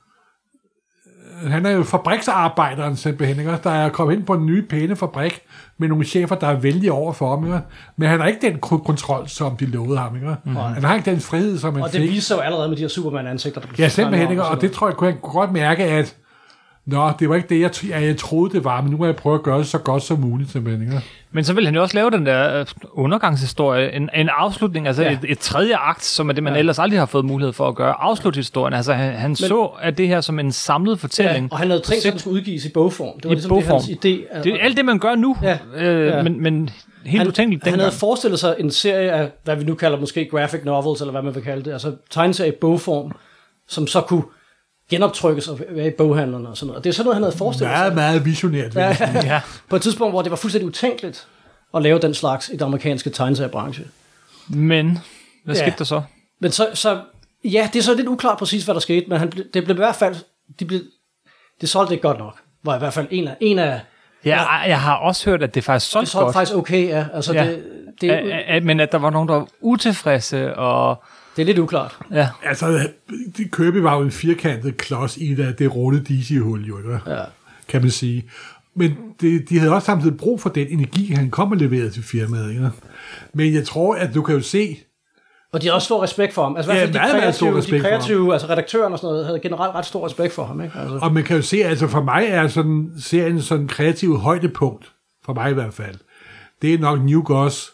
jo fabriksarbejderen simpelthen, ikke? Der er kommet ind på en ny pæne fabrik med nogle chefer, der er vældige over for ham, ikke? Men han har ikke den kontrol, som de lovede ham, ikke? Han har ikke den frihed, som han fik. Og det viser jo allerede med de her Superman-ansigter, der bliver simpelthen, ikke? Og det tror jeg, kunne godt mærke, at det var ikke det, jeg troede, det var, men nu må jeg prøve at gøre det så godt som muligt, simpelthen, ikke? Men så vil han jo også lave den der undergangshistorie, en afslutning, altså et tredje akt, som er det, man ellers aldrig har fået mulighed for at gøre. Afslutte historien, altså han så at det her som en samlet fortælling. Ja, og han havde tænkt, at den skulle udgives i bogform. Det var ligesom hans idé. Det er alt det, man gør nu, men helt utænkeligt dengang. Han havde forestillet sig en serie af, hvad vi nu kalder måske graphic novels, eller hvad man vil kalde det, altså tegneserie i bogform, som så kunne genoptrykkes og være i boghandlerne og sådan noget. Og det er sådan noget, han havde forestillet sig. Meget visionært. Ja. På et tidspunkt, hvor det var fuldstændig utænkeligt at lave den slags i den amerikanske tegneseriebranche. Men, hvad skete der så? Men så ja, det er så lidt uklart præcis, hvad der skete, men det blev i hvert fald, det solgte ikke godt nok. Var i hvert fald en af ja, jeg har også hørt, at det faktisk solgte godt. Det solgte faktisk okay, ja. Altså men at der var nogen, der var utilfredse, og det er lidt uklart. Ja. Altså, Kirby var jo en firkantet klods i det runde DC-hul, jo, kan man sige. Men de havde også samtidig brug for den energi, han kom og leverede til firmaet. Ikke? Men jeg tror, at du kan jo se... Og de har også stor respekt for ham. Altså, ja, de kreative altså redaktøren og sådan noget, havde generelt ret stor respekt for ham. Ikke? Altså. Og man kan jo se, altså for mig er serien sådan en kreativ højdepunkt, for mig i hvert fald. Det er nok New Gods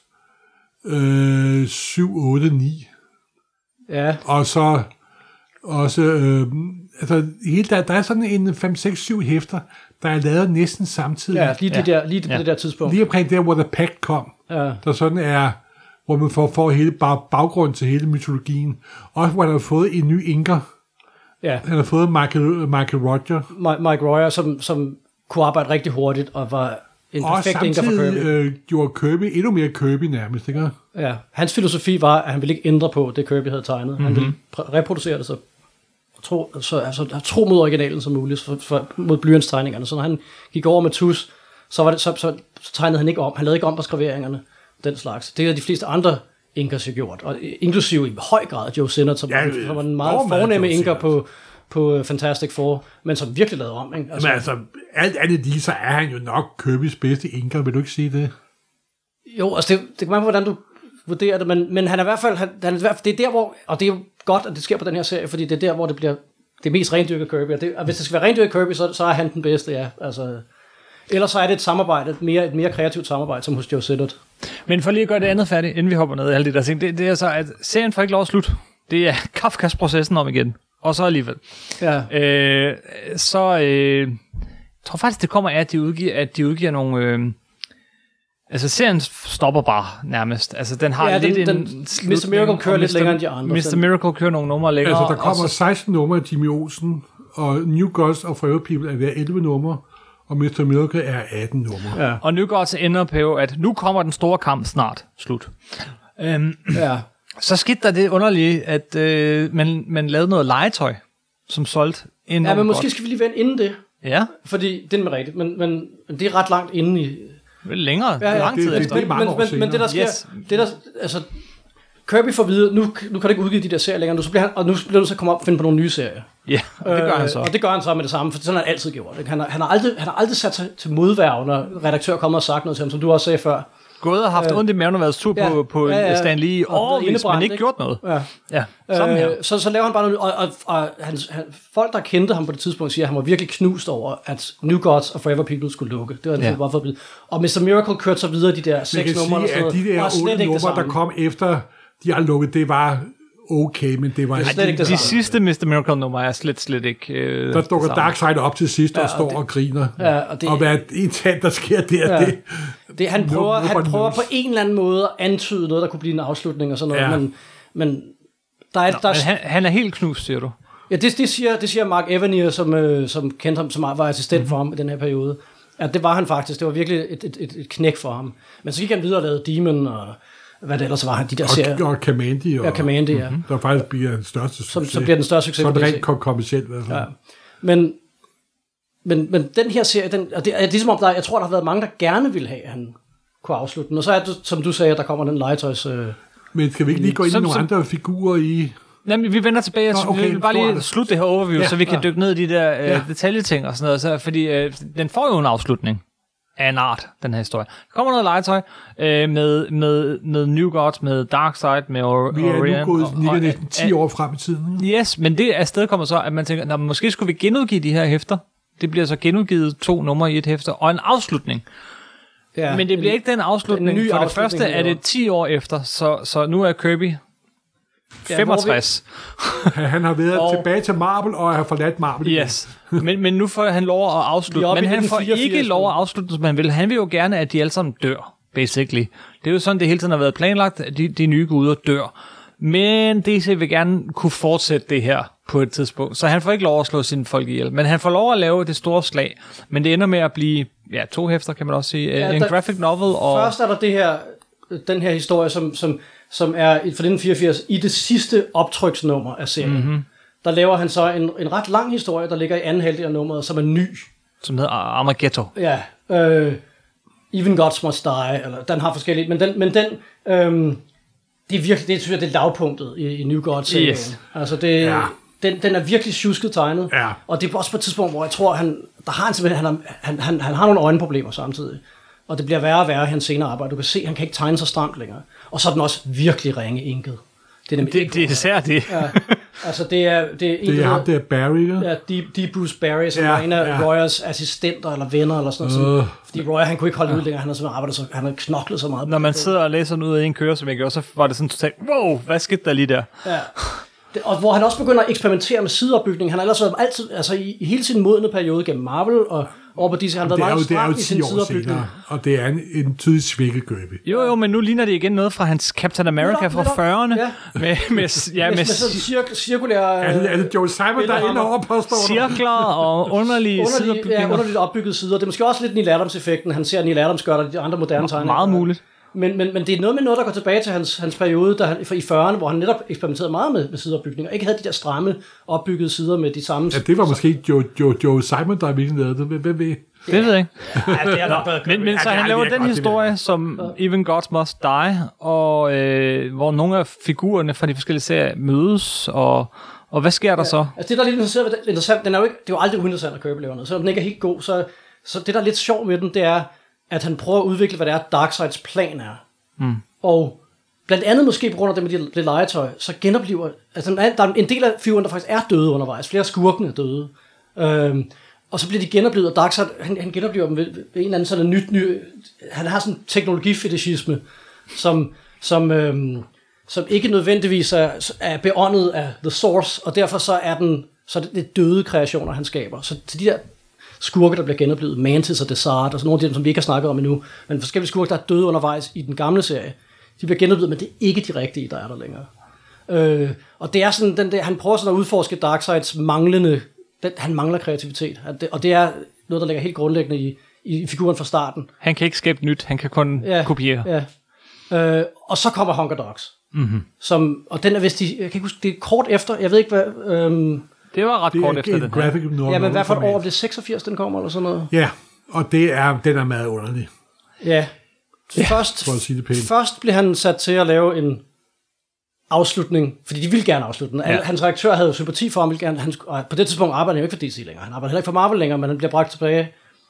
7, 8, 9. Ja. Og så også, der er sådan en 5, 6, 7 hæfter, der er lavet næsten samtidig. Ja, lige på det der tidspunkt. Lige omkring der, hvor The Pact kom. Ja. Der sådan er, hvor man får hele baggrund til hele mytologien. Også hvor han har fået en ny inker. Ja. Han har fået Michael Roger. Mike Royer, som kunne arbejde rigtig hurtigt, og var en perfekt inker for Kirby. Og samtidig gjorde Kirby endnu mere Kirby nærmest, ikke? Ja, hans filosofi var, at han ville ikke ændre på det, Kirby havde tegnet. Han ville reproducere det tro mod originalen som muligt, mod blyantstegningerne. Så når han gik over med tus, så tegnede han ikke om. Han lavede ikke om på skriveringerne, den slags. Det er de fleste andre inkers har gjort, og inklusive i høj grad Joe Sinnott, som var en meget fornemme inker på Fantastic Four, men som virkelig lavede om. Ikke? Altså, men altså, alt andet lige, så er han jo nok Kirbys bedste inker, vil du ikke sige det? Jo, altså det kan man på, hvordan du vurderer det, men han er i hvert fald, det er der, hvor, og det er jo godt, at det sker på den her serie, fordi det er der, hvor det bliver det mest rendyrket Kirby, og hvis det skal være rendyrket Kirby, så er han den bedste, ja. Altså, ellers så er det et samarbejde, et mere kreativt samarbejde, som hos Joe Sinnott. Men for lige at gøre det andet færdigt, inden vi hopper ned i alle de der ting, det er så, at serien får ikke lov at slutte. Det er Kafkas processen om igen. Og så alligevel. Ja. Jeg tror faktisk, det kommer af, at de udgiver nogle... altså, serien stopper bare nærmest. Altså, den har lidt en Mr. Miracle kører lidt længere end de andre. Mr. Miracle kører nogle numre længere. Altså, der kommer 16 numre af Jimmy Olsen, og New Gods og Forever People er hver 11 numre, og Mr. Miracle er 18 numre. Ja. Og New Gods ender på, at nu kommer den store kamp snart. Slut. Ja. Så skete der det underlige, at man lavede noget legetøj, som solgte enormt godt. Men måske skal vi lige vende inden det. Ja. Fordi det er rigtigt, men det er ret langt inden i... Vel længere, lang tid efter. Det er mange år senere. Men det der sker, altså Kirby får videre, nu kan du ikke udgive de der serier længere, nu bliver du så komme op og finde på nogle nye serier. Ja, og det gør han så. Og det gør han så med det samme, for sådan har han altid gjort. Han har aldrig sat sig til modværv, når redaktør kommer og sagt noget til ham, som du også sagde før. Gået og haft ondt i maven og været sur på Stan Lee i årevis, men ikke gjort noget. Ja, sådan her. Så laver han bare noget, og folk, der kendte ham på det tidspunkt, siger, at han var virkelig knust over, at New Gods og Forever People skulle lukke. Det var bare forbi. Og Mr. Miracle kørte så videre de der 6 numre. Man kan sige, at de der 8 numre, der kom efter de har lukket, det var okay, men det var slet ikke det de sidste Mr. Miracle-nummer er slet ikke der dukker Darkseid op til sidst og står og griner. Ja, og hvad en tand, der sker der, det han prøver på en eller anden måde at antyde noget, der kunne blive en afslutning og sådan noget, men han er helt knust, siger du? Ja, det siger Mark Evanier, som kendte ham, som var assistent for ham i den her periode. Ja, det var han faktisk. Det var virkelig et knæk for ham. Men så gik han videre og lavede Demon og hvad det ellers var, de der serier. Og Kamandi. Ja, Kamandi, ja. Der faktisk bliver den største succes. Så bliver den største succes. Så er det rent kommercielt. Ja. Men den her serie, og det er ligesom om, jeg tror, der har været mange, der gerne ville have, at han kunne afslutte den. Og så er det, som du sagde, at der kommer den legetøjs... Men skal vi ikke lige gå ind i nogle andre figurer i... Nej, vi vender tilbage, vi vil bare lige slutte det her overview, så vi kan dykke ned i de der detaljeting og sådan noget, så, fordi den får jo en afslutning af en art, den her historie. Der kommer noget legetøj med New Gods, med Darkseid, med Orion. Vi er nu gået næsten 10 år frem i tiden. Yes, men det afsted kommer så, at man tænker, måske skulle vi genudgive de her hæfter. Det bliver så genudgivet 2 numre i et hæfte, og en afslutning. Ja, men det bliver ikke den afslutning. For det første er det 10 år efter, så nu er Kirby 65. Han har været tilbage til Marvel, og har forladt Marvel. Yes, men nu får han lov at afslutte. Men han får ikke lov at afslutte, som han vil. Han vil jo gerne, at de alle sammen dør, basically. Det er jo sådan, det hele tiden har været planlagt, at de nye guder dør. Men DC vil gerne kunne fortsætte det her på et tidspunkt. Så han får ikke lov at slå sine folk ihjel. Men han får lov at lave det store slag. Men det ender med at blive 2 hæfter, kan man også sige. En graphic novel. Og først er der den her historie, som er fra 1984 i det sidste optryksnummer af serien. Mm-hmm. Der laver han så en ret lang historie, der ligger i anden halvdel af nummeret, som er ny. Som hedder Armageddon. Ja. Even Gods Must Die. Eller, den har forskellige. Men den det er virkelig, det synes jeg, det er lavpunktet i New Gods. Yes. Altså den er virkelig tjusket tegnet. Ja. Og det er også på et tidspunkt, hvor jeg tror, han har nogle øjenproblemer samtidig. Og det bliver værre og værre i hans senere arbejde. Du kan se, han kan ikke tegne så stramt længere. Og så er den også virkelig ringe inket. Det er især det. Ja, altså det er ham, det er Barry, ja, D. Bruce Barry, som er en af Royers assistenter eller venner eller sådan noget. Fordi Royer, han kunne ikke holde ud længere, han har simpelthen arbejdet han har knoklet så meget. Når man sidder og læser den ud af en køre, som jeg gjorde, så var det sådan totalt, wow, hvad skete der lige der? Ja. Og hvor han også begynder at eksperimentere med sideopbygning. Han har ellers altid, altså i hele sin modne periode gennem Marvel og over på DC, han har været meget stram i sin sideopbygning. Og det er en tydelig svækket Kirby. Jo, men nu ligner det igen noget fra hans Captain America fra 40'erne. Ja. Med cirkulære... Er det Joe Simon, der er inde over påstår? Cirkler og underlige sideopbygninger. Ja, underligt opbygget sider. Det er måske også lidt Neil Adams-effekten. Han ser Neil Adams gør der de andre moderne tegninger. Meget muligt. Men det er noget med noget, der går tilbage til hans periode der i 40'erne, hvor han netop eksperimenterede meget med sideopbygning, og ikke havde de der stramme opbyggede sider med de samme... Ja, det var måske Joe Simon, der virkelig lavede det. Hvem ved? Det ved jeg ikke. Ja, det er nok men så han laver den historie, som Even Gods Must Die, og hvor nogle af figurerne fra de forskellige serier mødes, og hvad sker der så? Altså det, der er lidt interessant, det er jo aldrig uinteressant at Kirby laver noget, så den ikke er helt god, så det, der er lidt sjovt med den, det er, at han prøver at udvikle, hvad det er, Darkseids plan er. Mm. Og blandt andet måske på grund af det med det legetøj, så genoplever... Altså, der er en del af figuren, der faktisk er døde undervejs. Flere skurkene er døde. Og så bliver de genoplevet, og Darkseid, han genoplever dem ved en eller anden sådan ny... Han har sådan en teknologifetishisme, som ikke nødvendigvis er beåndet af The Source, og derfor så er det døde kreationer, han skaber. Så til de der skurke, der bliver genoplevet, Mantis og Desart, og sådan nogle af dem, som vi ikke har snakket om endnu, men forskellige skurke, der er døde undervejs i den gamle serie, de bliver genoplevet, men det er ikke de rigtige, der er der længere. Og det er sådan, han prøver sådan at udforske Darkseids manglende, han mangler kreativitet, og det er noget, der ligger helt grundlæggende i figuren fra starten. Han kan ikke skabe nyt, han kan kun kopiere. Ja. Og så kommer Hunger Dogs, og den er vist, jeg kan ikke huske, det er kort efter, jeg ved ikke hvad... Det var ret kort efter den her. Ja, men hvad for et år? Det er 86, den kommer, eller sådan noget? Ja, og den er meget underlig. Ja. Først blev han sat til at lave en afslutning, fordi de ville gerne afslutte den. Ja. Hans redaktør havde sympati for ham, og på det tidspunkt arbejdede han jo ikke for DC længere. Han arbejder heller ikke for Marvel længere, men han bliver bragt tilbage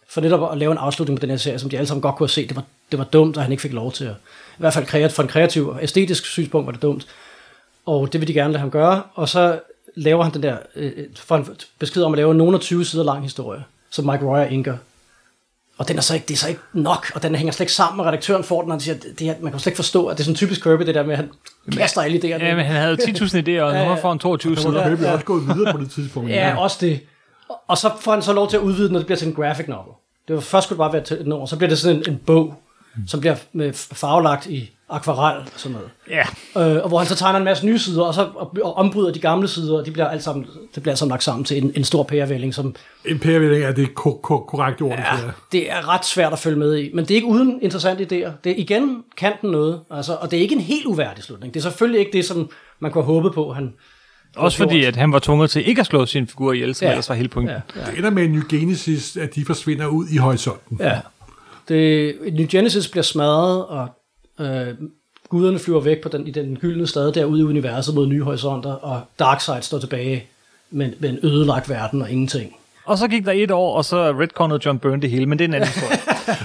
for netop at lave en afslutning på den her serie, som de alle sammen godt kunne have set, det var dumt, og han ikke fik lov til at, i hvert fald fra en kreativ og æstetisk synspunkt var det dumt, og det vil de gerne lade ham gøre, og så laver han den der, for en besked om at lave nogen af 20 sider lang historie, som Mike Royer inker. Og det er så ikke nok, og den hænger slet ikke sammen, og redaktøren får den, og han siger, man kan slet ikke forstå, at det er sådan typisk Kirby, det der med, at han kaster alle idéer. Ja, men han havde 10.000 idéer, og nu får han 22 sider. Kirby også gået videre på det tidspunkt. Ja, også det. Og så får han så lov til at udvide, når det bliver til en graphic novel. Det var først skulle det bare være til et år, så bliver det sådan en bog, som bliver med farvelagt i akvarel og sådan noget. Ja. Og hvor han så tegner en masse nye sider, og så ombryder de gamle sider, og det bliver alt sammen lagt sammen til en stor pærevælling. En pærevælling er det korrekt ord. Ja, det er ret svært at følge med i, men det er ikke uden interessante idéer. Det er igen kanten noget, altså, og det er ikke en helt uværdig slutning. Det er selvfølgelig ikke det, som man kunne håbe på, han også fordi, at han var tvunget til ikke at slå sin figur ihjel, som ellers var hele pointen. Ja. Det ender med en New Genesis, at de forsvinder ud i horisonten. Ja. New Genesis bliver smadret, og guderne flyver væk i den gyldne stad derude i universet mod nye horisonter, og Darkseid står tilbage med en ødelagt verden og ingenting. Og så gik der 1 år, og så retconnede John Byrne det hele, men det er en anden historie.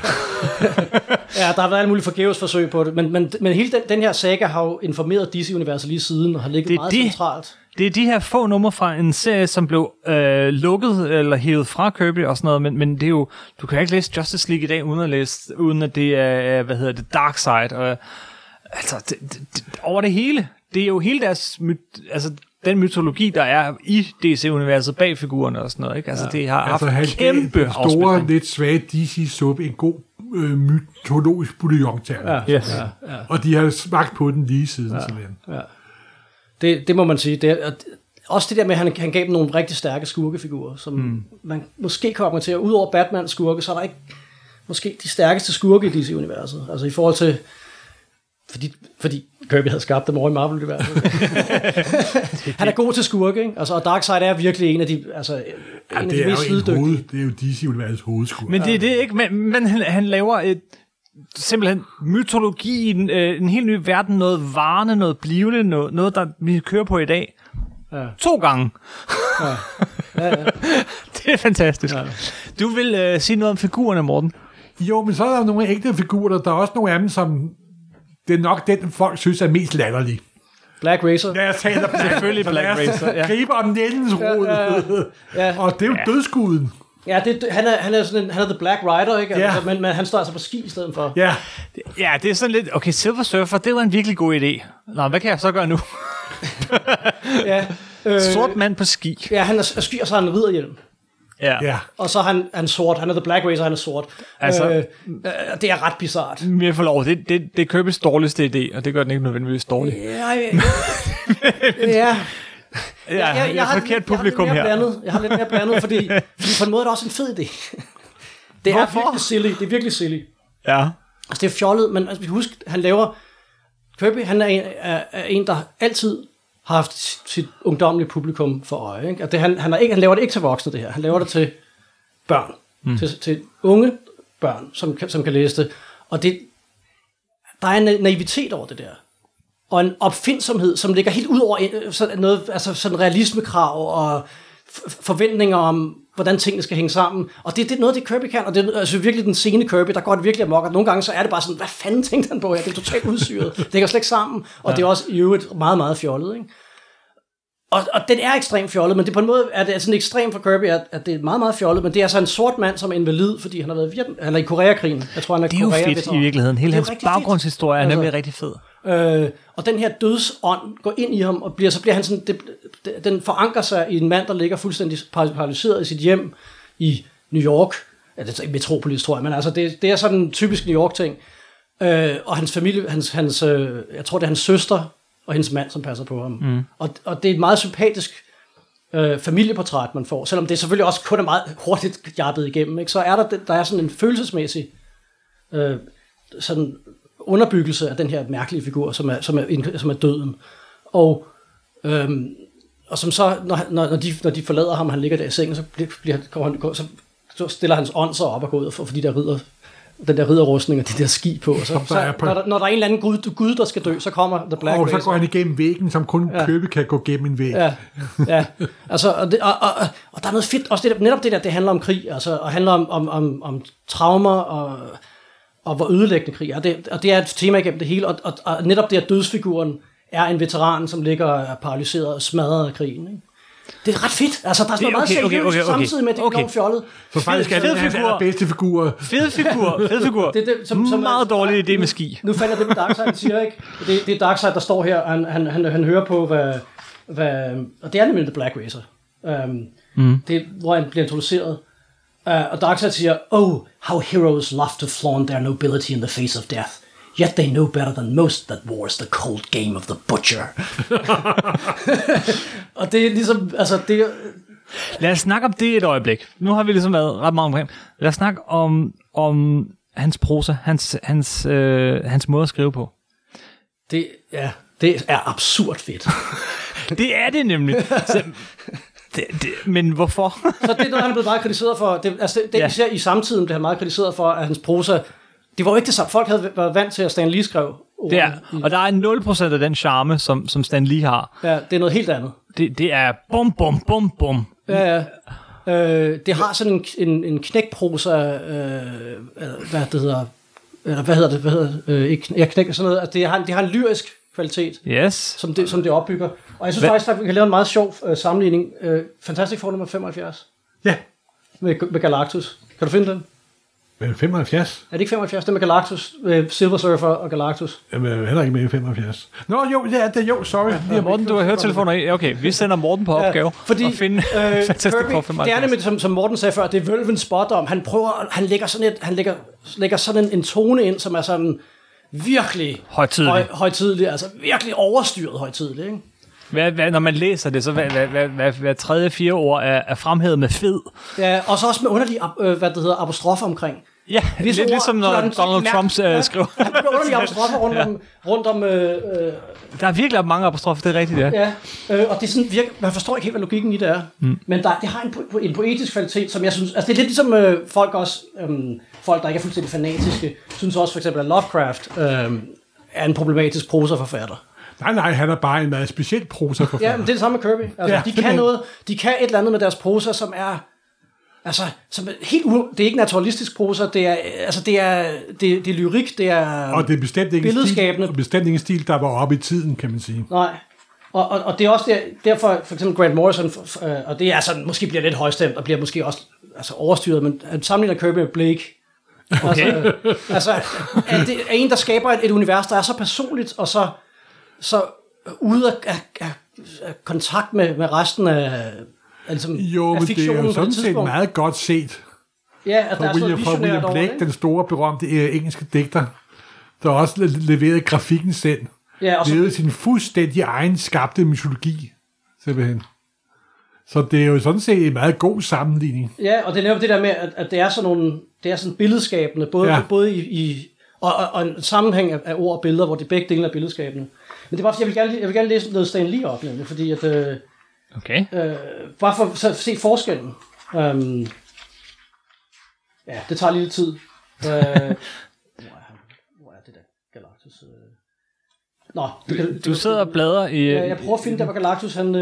Ja, der har været alle mulige forgæves forsøg på det, men hele den her saga har jo informeret DC-universet lige siden, og har ligget meget centralt. Det er de her få numre fra en serie, som blev lukket eller hævet fra Kirby og sådan noget, men det er jo, du kan ikke læse Justice League i dag, uden at det er, Darkseid, og altså, over det hele. Det er jo hele deres, den mytologi, der er i DC-universet bag figurerne og sådan noget, ikke? Altså, det har haft kæmpe afspilning. Store, lidt svage DC-suppe, en god mytologisk bouillon til. Yes. Og de har smagt på den lige siden. Ja. Det må man sige. Også det der med, at han gav dem nogle rigtig stærke skurkefigurer, som man måske kommer til at, udover Batmans skurke, så er der ikke måske de stærkeste skurke i DC-universet. Altså i forhold til, fordi Kirby havde skabt dem over i Marvel-universet. Han er god til skurke, ikke? Altså, og Darkseid er virkelig en af de, en af de mest sliddykke. Det er jo DC-universets hovedskurk. Men det er det ikke, men han laver simpelthen mytologi, en helt ny verden, noget varende, noget blivende, noget der vi kører på i dag. Ja. 2 gange. Ja. Det er fantastisk. Ja. Du vil sige noget om figurerne, Morten? Jo, men så er der nogle enkelte figurer, der er også nogle af dem, som det er nok den, folk synes er mest latterlig. Black Racer. Ja, jeg taler selvfølgelig Black Racer. Ja. Griber om nældens rod. Ja. Og det er jo dødskuden. Ja, han er sådan han er The Black Rider, ikke? Ja. Altså, men han står altså på ski i stedet for. Ja. Ja, det er sådan lidt, okay, Silver Surfer, det var en virkelig god idé. Nå, hvad kan jeg så gøre nu? Sort mand på ski. Ja, han er ski, og så har han en ridderhjelm. Ja. Og så er han sort. Han er The Black Racer, han er sort. Altså, det er ret bizarrt. Jeg får lov. Det er Kirby's dårligste idé, og det gør den ikke nødvendigvis dårlig. Ja. Jeg har forkert publikum her. Jeg har lidt mere blandet, fordi på en måde er det også en fed idé. Det er virkelig silly. Det er virkelig silly. Ja. Altså, det er fjollet, men altså, husk, han laver... Kirby, han er en, der altid har haft sit ungdomlige publikum for øje. Ikke? Altså, han laver det ikke til voksne, det her. Han laver det til børn. Til unge børn, som kan læse det. Og der er en naivitet over det der. Og en opfindsomhed, som ligger helt ud over noget, altså sådan realismekrav og forventninger om, hvordan tingene skal hænge sammen. Og det er noget, det Kirby kan, og det er altså virkelig den sene Kirby, der går det virkelig amok, og nogle gange så er det bare sådan, hvad fanden tænkte han på her? Det er totalt udsyret. Det hænger slet ikke sammen, og det er også i øvrigt meget, meget fjollet, ikke? Og den er ekstremt fjollet, men det på en måde er det sådan ekstremt for Kirby, at det er meget, meget fjollet, men det er altså en sort mand, som er invalid, fordi han har været han er i Koreakrigen. Jeg tror, han er det er jo fedt i virkeligheden. Hele hans baggrundshistorie er nemlig rigtig fed. Og den her dødsånd går ind i ham, og så bliver han sådan, den forankrer sig i en mand, der ligger fuldstændig paralyseret i sit hjem i New York. Ja, det er ikke Metropolis, tror jeg, men altså det er sådan en typisk New York-ting. Og hans familie, jeg tror, det er hans søster og hendes mand, som passer på ham. Og det er et meget sympatisk familieportræt, man får, selvom det selvfølgelig også kun er meget hurtigt jappet igennem, ikke? Så er der er sådan en følelsesmæssig sådan underbyggelse af den her mærkelige figur, som er døden. Og som så, når de forlader ham, han ligger der i sengen, så stiller hans ånd sig op og går ud, fordi der ridder den der ridderrustning og de der ski på. Og så når der er en eller anden gud, der skal dø, så kommer The Black Racer. Og så går han igennem væggen, som kun Kirby kan gå gennem en væg. Ja. Altså, og der er noget fedt. Også netop det der, det handler om krig, altså, og handler om traumer og hvor ødelæggende krig er. Og det er et tema igennem det hele, og netop det, at dødsfiguren er en veteran, som ligger og er paralyseret og smadret af krigen, ikke? Det er ret fedt. Altså, der er sådan noget meget seriøst samtidig med, det er enormt fjollet. Så faktisk er det den bedste figur. Fed figur. Det som meget dårlig idé med ski. Nu fandt jeg det med Darkseid, siger, ikke? Det er Darkseid, der står her, og han hører på, hvad og det er nemlig The Black Racer. Det hvor han bliver introduceret. Og Darkseid siger, "Oh, how heroes love to flaunt their nobility in the face of death. Yet they know better than most that war is the cold game of the butcher." Og det er ligesom, altså det. Lad os snakke om det et øjeblik. Nu har vi ligesom været ret meget omkring. Lad os snakke om hans prosa, hans måde at skrive på. Det er absurd fedt. Det er det nemlig. Men hvorfor? Så det er noget, han er blevet meget kritiseret for. Især i samtiden blev han meget kritiseret for, at hans prosa, det var jo ikke det samme. Folk havde været vant til, at Stan Lee skrev ord. Det er, og der er 0% af den charme, som Stan Lee har. Ja, det er noget helt andet. Det er bum, bum, bum, bum. Ja. Det har sådan en knækprosa, hvad hedder det? Ikke knæk, sådan noget. Altså, det har en lyrisk kvalitet, yes. som det opbygger. Og jeg synes faktisk, at vi kan lave en meget sjov sammenligning. Fantastic Four nummer 75. Ja. Med Galactus. Kan du finde den? 75? Er det ikke 75? Det med Galactus, Silver Surfer og Galactus. Jamen, jeg er heller ikke med i 75. Nå, jo, det er jo, sorry. Ja, Morten, du har høretelefoner i. Okay, vi sender Morten på opgave. Fordi at finde Fantastic Four 75. Det er nemlig, som Morten sagde før, det er Vølven spot om. Han lægger sådan en tone ind, som er sådan virkelig højtidelig, altså virkelig overstyret højtidelig, ikke? Når man læser det, så hver tredje, 4 ord er fremhævet med fed. Ja, og så også med underlige, apostrofer omkring. Ja, lidt ligesom når Donald Trump skriver. Han bruger underlige apostrofer rundt om der er virkelig mange apostrofer, det er rigtigt, ja. Og det er sådan man forstår ikke helt, hvad logikken i det er. Men det har en poetisk kvalitet, som jeg synes, altså det er lidt ligesom folk også, folk der ikke er fuldstændig fanatiske, synes også for eksempel, at Lovecraft er en problematisk prosaforfatter. Nej, han er bare en meget speciel prosaforfatter. Ja, men det er det samme med Kirby. Altså, de kan noget, de kan et eller andet med deres prosa, som er, altså, som er helt det er ikke naturalistisk prosa, det er lyrik, det er og det er bestemt ikke billedskabende. Og bestemt ikke en stil, der var oppe i tiden, kan man sige. Nej. Og det er også derfor, for eksempel Grant Morrison, og det er sådan, måske bliver lidt højstemt, og bliver måske også overstyret, men han sammenligner Kirby med Blake. Okay. Altså det er en, der skaber et univers, der er så personligt, og så ude af kontakt med resten af ligesom, jo, men det er jo sådan set meget godt set. Ja, at der er sådan noget William Blake, den store, berømte engelske digter, der også leverede grafikken selv. Ja, og levede sin fuldstændig egen skabte mytologi, simpelthen. Så det er jo sådan set en meget god sammenligning. Ja, og det er netop det der med, at det er sådan billedskabende, både i og en sammenhæng af ord og billeder, hvor det begge dele er billedskabende. Men det er bare fordi, jeg vil gerne læse noget Stan Lee op, nemlig, fordi at okay. Bare for at se forskellen. Ja, det tager lidt tid. Hvor er det der Galactus? Nå, du sidder og bladrer i. Jeg prøver at finde der, hvor Galactus han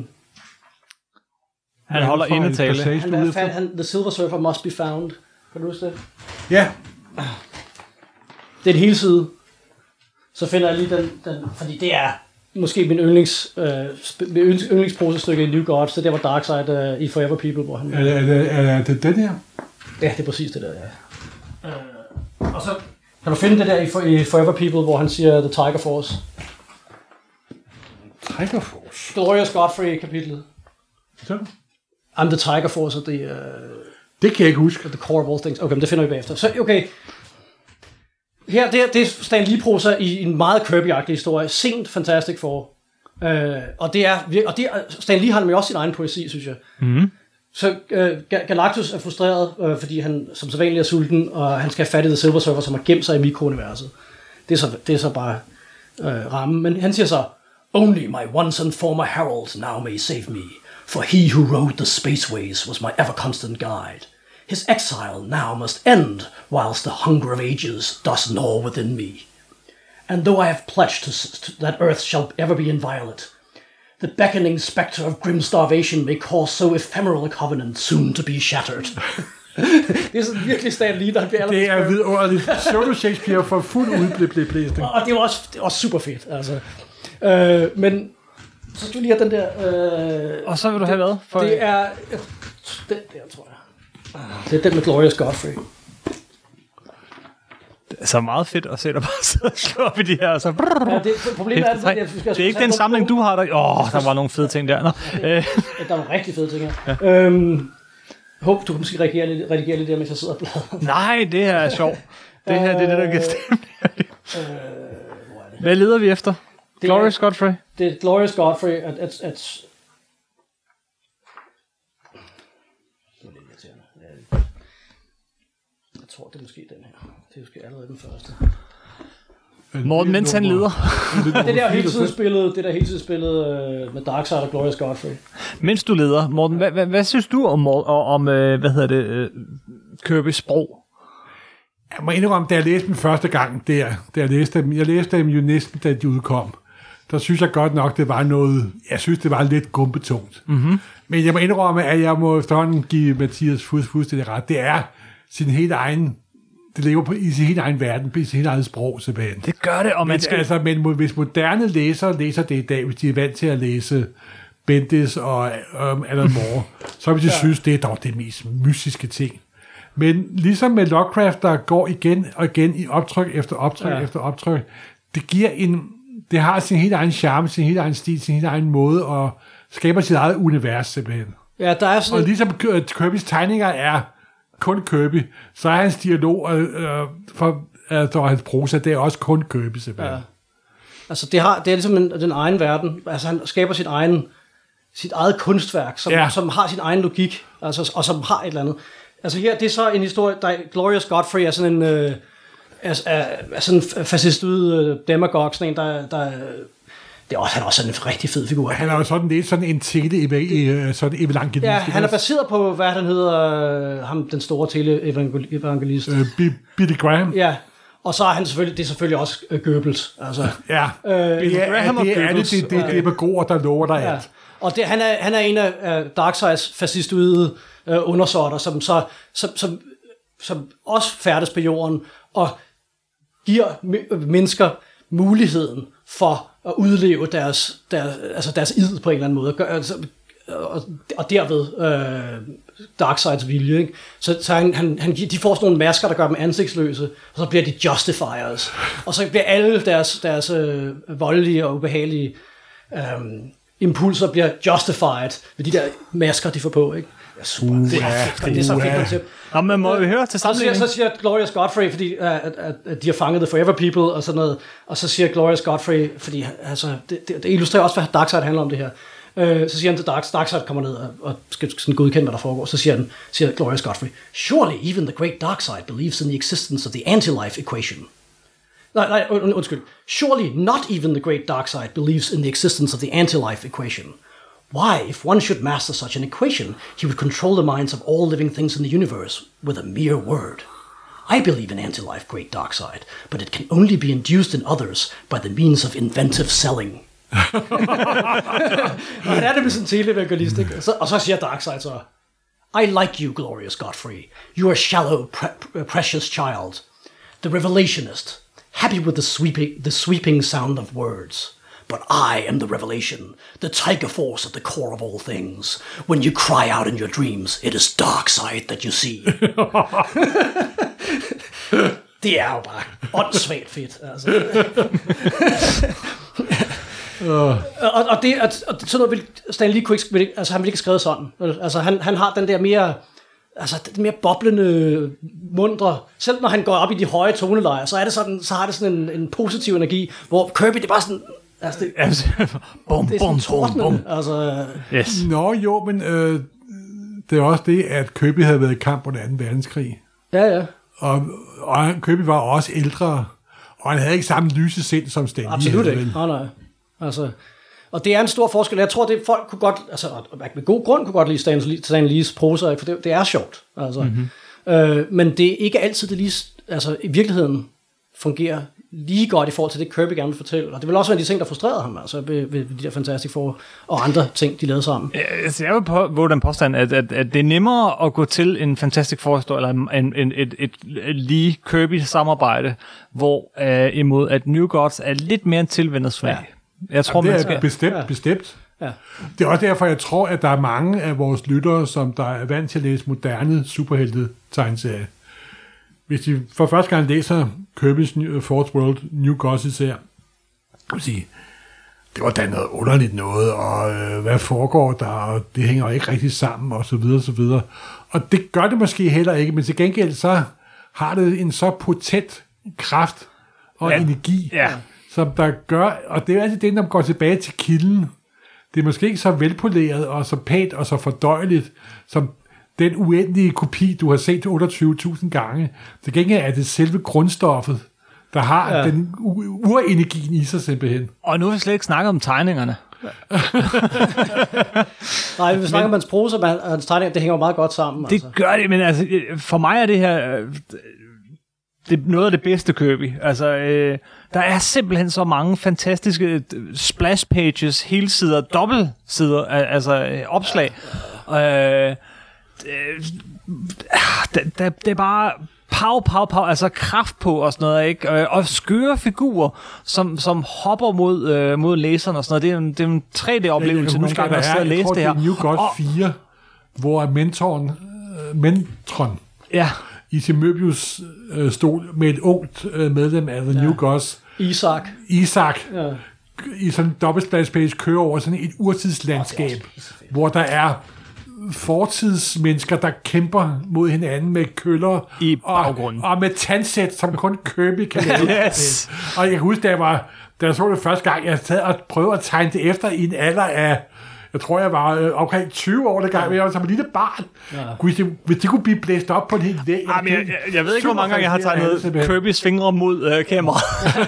holder indetale. The Silver Surfer must be found. Kan du huske det? Ja. Det er en hel side. Så finder jeg lige den fordi det er måske min yndlingsprosestykke i New Gods, det der var Darkseid i Forever People, hvor han... Er det den her? Ja, det er præcis det der, ja. Og så kan du finde det der i Forever People, hvor han siger The Tiger Force. Tiger Force? Glorious Godfrey-kapitlet. Så? I'm the Tiger Force, og det... det kan jeg ikke huske. The core of all things. Okay, men det finder vi bagefter. Så, okay. Her, det er Stan Lee-prosa i en meget Kirby-agtig historie. Sent Fantastic Four. Og det er Stan Lee har nemlig også sin egen poesi, synes jeg. Mm-hmm. Så Galactus er frustreret, fordi han som sædvanligt er sulten, og han skal have fat i The Silver Surfer, som har gemt sig i mikrouniverset. Det er så bare rammen. Men han siger så, "Only my once and former herald now may save me, for he who rode the spaceways was my ever-constant guide. His exile now must end, whilst the hunger of ages does gnaw within me. And though I have pledged that earth shall ever be inviolate, the beckoning spectre of grim starvation may cause so ephemeral a covenant soon to be shattered. Det er sådan virkelig Stan Lee, der bliver det er vidunderligt. Så du Shakespeare for fuld udblæsning. Og det var også super fedt, altså. Men så skal vi lige have den der... og så vil du have hvad? For... Det er... Den der, tror jeg. Det er den med Glorious Godfrey. Det er så meget fedt at se dig bare sidde og slå op i de her. Så... Ja, problemet er, det er ikke den samling, du har der. Der var nogle fede ting der. Der var rigtig fede ting her. Håb, du kan måske redigere lidt der, mens jeg sidder og bladrer. Nej, det her er sjovt. Det her, det er det, der giver stemning. Hvad leder vi efter? Glorious Godfrey? Det er Glorious Godfrey, at det er lidt irriterende. Jeg tror, det er måske den her. Det er måske allerede den første. Morten, mens han leder. det der hele tiden spillet med Darkseid og Glorious Godfrey. Mens du leder, Morten, hvad synes du om Kirby's sprog? Jeg må indrømme, da jeg læste dem første gang jeg læste dem jo næsten, da de udkom. Der synes jeg godt nok, det var noget, jeg synes, det var lidt gumpetungt. Mm-hmm. Men jeg må indrømme, at jeg må efterhånden give Mathias fuldstændig ret. Det er sin helt egen, det lever i sin helt egen verden, i sin helt egen sprog, simpelthen. Det gør det, og man skal... Men hvis moderne læsere læser det i dag, hvis de er vant til at læse Bendis og Alan Moore, så vil de synes, det er dog det mest mystiske ting. Men ligesom med Lovecraft, der går igen og igen i optryk efter optryk efter optryk, det har sin helt egen charme, sin helt egen stil, sin helt egen måde, og skaber sit eget univers, simpelthen. Ja, der er sådan... Og ligesom Kirbys tegninger er kun Kirby, så er hans dialog og hans prosa, det er også kun Kirby, simpelthen. Ja. Altså, det er ligesom den egen verden. Altså, han skaber sit eget kunstværk, som har sin egen logik, altså, og som har et eller andet. Altså her, det er så en historie, der Glorious Godfrey er sådan en sådan en fascistoid demagog, sådan en, der han er også sådan en rigtig fed figur. Han er jo sådan lidt sådan en sådan evangelist. Ja, han er baseret på, hvad han hedder, ham den store tele-evangelist. Billy Graham. Ja, og så er han selvfølgelig også Goebbels. Altså, ja, Billy Graham og Goebbels. Det er demagoger, der lover dig alt. Og han er en af Darkseids fascistoide undersåtter, som også færdes på jorden og giver mennesker muligheden for at udleve deres id på en eller anden måde, og derved Darkseids vilje. Ikke? Så de får sådan nogle masker, der gør dem ansigtsløse, og så bliver de justifiers, og så bliver alle deres voldelige og ubehagelige impulser bliver justified ved de der masker, de får på, ikke? Ja, super. Det er så fedt koncept. Nå, men må vi høre til sammenligning? Så siger Glorious Godfrey, fordi at de har fanget The Forever People og sådan noget, og så siger Glorious Godfrey, fordi altså, det illustrerer også, hvad Darkseid handler om det her. Så siger han til Darkseid kommer ned og skal sådan godkende, hvad der foregår. Så siger Glorious Godfrey, surely even the great Darkseid believes in the existence of the anti-life equation. Nej, undskyld. Surely not even the great Darkseid believes in the existence of the anti-life equation. Why, if one should master such an equation, he would control the minds of all living things in the universe with a mere word. I believe in anti-life, great Darkseid, but it can only be induced in others by the means of inventive selling. Han er det med sådan en televangelist, ikke? Og så siger Darkseid så, I like you, Glorious Godfrey. You are a shallow, precious child. The revelationist, happy with the sweeping sound of words. But I am the revelation, the tiger force at the core of all things. When you cry out in your dreams, it is Darkseid that you see. Det er jo bare åndssvagt fedt, altså. Og det sådan noget vil Stan Lee kunne ikke, altså han vil ikke skrive sådan. Altså han har den der mere, altså den mere boblende, mundre. Selv når han går op i de høje tonelejer, så er det sådan, så har det sådan en positiv energi, hvor Kirby det er bare sådan. Altså det er sådan tordnende. Altså, yes. Nå jo, men det er også det, at Kirby havde været i kamp under 2. verdenskrig. Ja. Og Kirby var også ældre, og han havde ikke samme lyse sind som Stan Lee. Absolut ikke. Nej. Altså, Og det er en stor forskel. Jeg tror, det folk kunne godt, altså med god grund kunne godt lide Stan Lees prosa, for det er sjovt. Altså. Men det er ikke altid, det lige, altså i virkeligheden fungerer lige godt i forhold til det, Kirby gerne vil fortælle. Og det vil også være de ting, der frustrerede ham, altså ved de der Fantastic Four og andre ting, de lavede sammen. Jeg vil på den påstand, at det er nemmere at gå til en Fantastic Four-historie, eller et Lee Kirby-samarbejde, hvor imod at New Gods er lidt mere en tilvændingsfag. Ja. Jeg tror, det er bestemt. Ja. Det er også derfor, jeg tror, at der er mange af vores lyttere, som der er vant til at læse moderne superhelte-tegneserier. Hvis de for første gang læser Kirby's Fourth World New Gods især, kan sige, det var da noget underligt noget, og hvad foregår der, og det hænger ikke rigtig sammen, og så videre, så videre. Og det gør det måske heller ikke, men til gengæld så har det en så potent kraft og energi, som der gør, og det er altid det, der går tilbage til kilden. Det er måske ikke så velpoleret, og så pænt, og så fordøjeligt, som den uendelige kopi, du har set 28.000 gange. Til gengæld er det selve grundstoffet, der har den urenergien i sig simpelthen. Og nu har vi slet ikke snakket om tegningerne. Nej, vi snakker om hans prosa og hans tegninger, det hænger meget godt sammen. Det gør det, men altså, for mig er det her det er noget af det bedste Kirby. Altså, der er simpelthen så mange fantastiske splash pages, helsider, dobbeltsider, altså opslag. Det er bare pow, altså kraft på og sådan noget, ikke? Og skøre figurer, som hopper mod læseren og sådan noget. Det er en 3D-oplevelse nogle gange at sidde og læse det her. Jeg tror, det er New God 4, hvor Mentron i sin Möbius stol med et ungt medlem af The New Gods. Isak. Ja. I sådan en dobbelt page kører over sådan et urtidslandskab, hvor der er fortidsmennesker, der kæmper mod hinanden med køller i baggrunden. Og med tandsæt, som kun Kirby kan lave. Yes. Og jeg kan huske, da jeg så det første gang, jeg sad og prøvede at tegne det efter i en alder af, jeg tror, jeg var omkring 20 år, gang, jeg var som et lille barn. Ja. Hvis det kunne blive blæst op på en hel væg. Jeg ved ikke, hvor mange gange jeg har tegnet Kirbys fingre mod kameraet.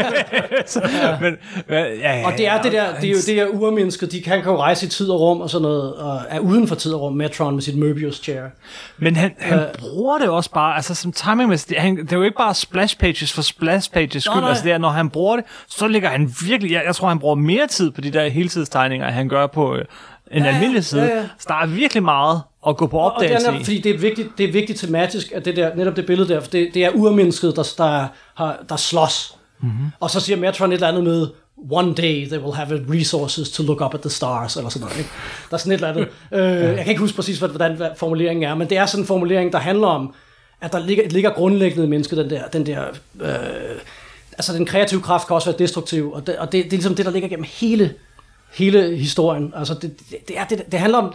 Og det er det der, det er jo det her urmenneske, de kan jo rejse i tid og rum og sådan noget, og er uden for tid og rum, Metron med sit Möbius chair. Men han bruger det også bare, altså som timing, det er jo ikke bare splash pages for splash pages skyld, altså det er, når han bruger det, så ligger han virkelig, jeg tror, han bruger mere tid på de der heltidstegninger, end han gør på en almindelig side. Ja. Så der er virkelig meget at gå på opdagelse i. Fordi det er vigtigt tematisk, at det der, netop det billede der, for det er urmennesket, der slås. Mm-hmm. Og så siger Metron et eller andet med, one day they will have resources to look up at the stars, eller sådan noget. Ikke? Der er sådan et eller andet. Jeg kan ikke huske præcis, hvordan formuleringen er, men det er sådan en formulering, der handler om, at der ligger grundlæggende i mennesket, den der altså den kreative kraft kan også være destruktiv, og det er ligesom det, der ligger gennem hele historien. Altså det handler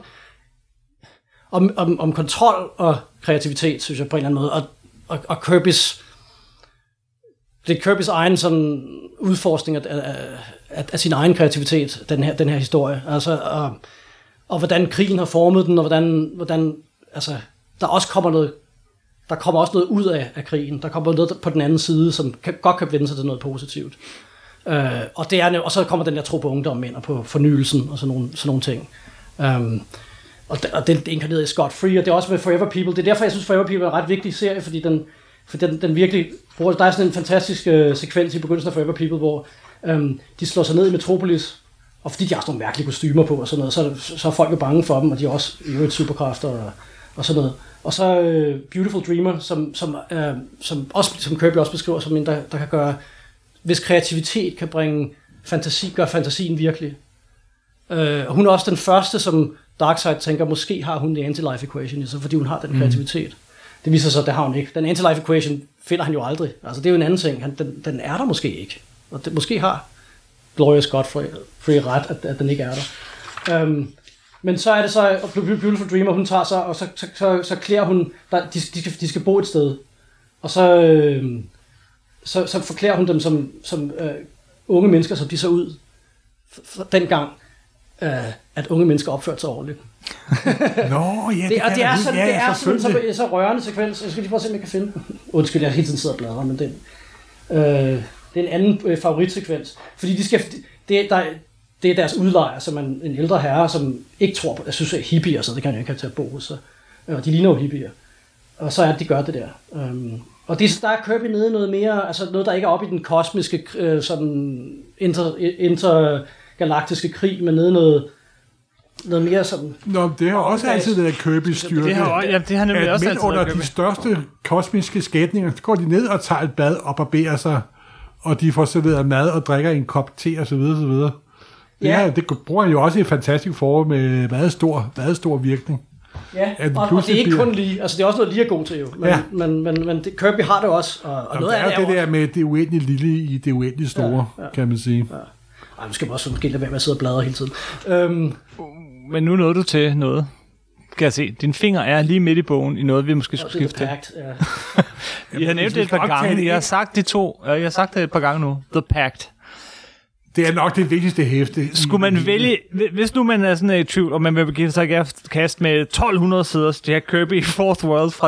om kontrol og kreativitet, synes jeg på en eller anden måde, og Kirbys, det er Kirbys egen sådan udforskning af sin egen kreativitet, den her historie. Altså og hvordan krigen har formet den, og hvordan altså der kommer også noget ud af krigen. Der kommer noget på den anden side, som godt kan vende sig til noget positivt. Og så kommer den der tro på ungdommen ind og på fornyelsen og sådan nogle ting. Og det er inkarneret i Scott Free, og det er også med Forever People. Det er derfor, jeg synes, Forever People er en ret vigtig serie, fordi den virkelig bruger. Der er sådan en fantastisk sekvens i begyndelsen af Forever People, hvor de slår sig ned i Metropolis, og fordi de har sådan nogle mærkelige kostymer på og sådan noget, så er folk jo bange for dem, og de har også i øvrigt superkræfter og sådan noget. Og så Beautiful Dreamer, som Kirby også beskriver som en, der kan gøre, hvis kreativitet kan gøre fantasien virkelig. Og hun er også den første, som Darkseid tænker, måske har hun the anti-life equation i sig, fordi hun har den kreativitet. Det viser sig, at det har hun ikke. Den anti-life equation finder han jo aldrig. Altså det er jo en anden ting. Den er der måske ikke. Og det, måske har Glorious Godfrey ret, at den ikke er der. Men så er det så, Beautiful Dreamer, hun tager sig, og så klæder hun, de skal bo et sted. Og så forklæder hun dem som unge mennesker, som de så ud dengang, at unge mennesker opførte sig ordentligt. Nå, ja, det er sådan så rørende sekvens. Jeg skal lige prøve at se, om jeg kan finde den. Undskyld, jeg hele tiden sidder og bladrer, men det er en anden favoritsekvens. Fordi det det er deres udlejer, som en ældre herre, som ikke tror på, jeg synes, at hippier, så det kan jeg ikke have til at bo hos. Og de ligner jo hippier. Og så er det, de gør det der. Og der er Kirby nede noget mere, altså noget, der ikke er oppe i den kosmiske, sådan intergalaktiske krig, men nede noget mere sådan... Nå, det har også altid været Kirby's styrke. Det har nemlig også altid under de største kosmiske skætninger, så går de ned og tager et bad og barberer sig, og de får serveret mad og drikker en kop te og så videre, så videre. Det bruger han jo også i et fantastisk forår med meget stor virkning. Ja, og det er ikke kun lige, altså det er også noget lige at gå til jo, men Kirby har det også, og noget af det der med det uendelige lille i det uendelige store, kan man sige. Ja. Ej, nu skal man også måske lade være med at sidde og bladre hele tiden. Men nu nåede du til noget. Kan jeg se, din finger er lige midt i bogen i noget, vi måske skulle skifte til. Jeg har nævnt det et par gange. Jeg har sagt det et par gange nu. The Pact. Det er nok det vigtigste hæfte. Skulle man vælge, hvis nu man er sådan i tvivl, og man vil begynde sig at kaste med 1200 sider Jack Kirby Fourth World fra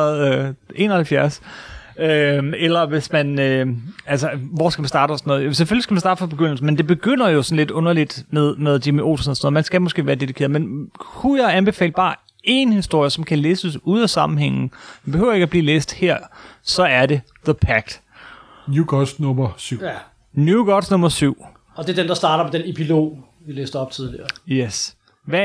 1971, eller hvis man, hvor skal man starte og sådan noget? Selvfølgelig skal man starte fra begyndelsen, men det begynder jo sådan lidt underligt med Jimmy Olsen og sådan noget. Man skal måske være dedikeret, men kunne jeg anbefale bare en historie, som kan læses ud af sammenhængen, den behøver ikke at blive læst her, så er det The Pact. New Gods nummer 7. Ja. New Gods nummer 7. Og det er den, der starter med den epilog, vi læste op tidligere. Yes. Hvad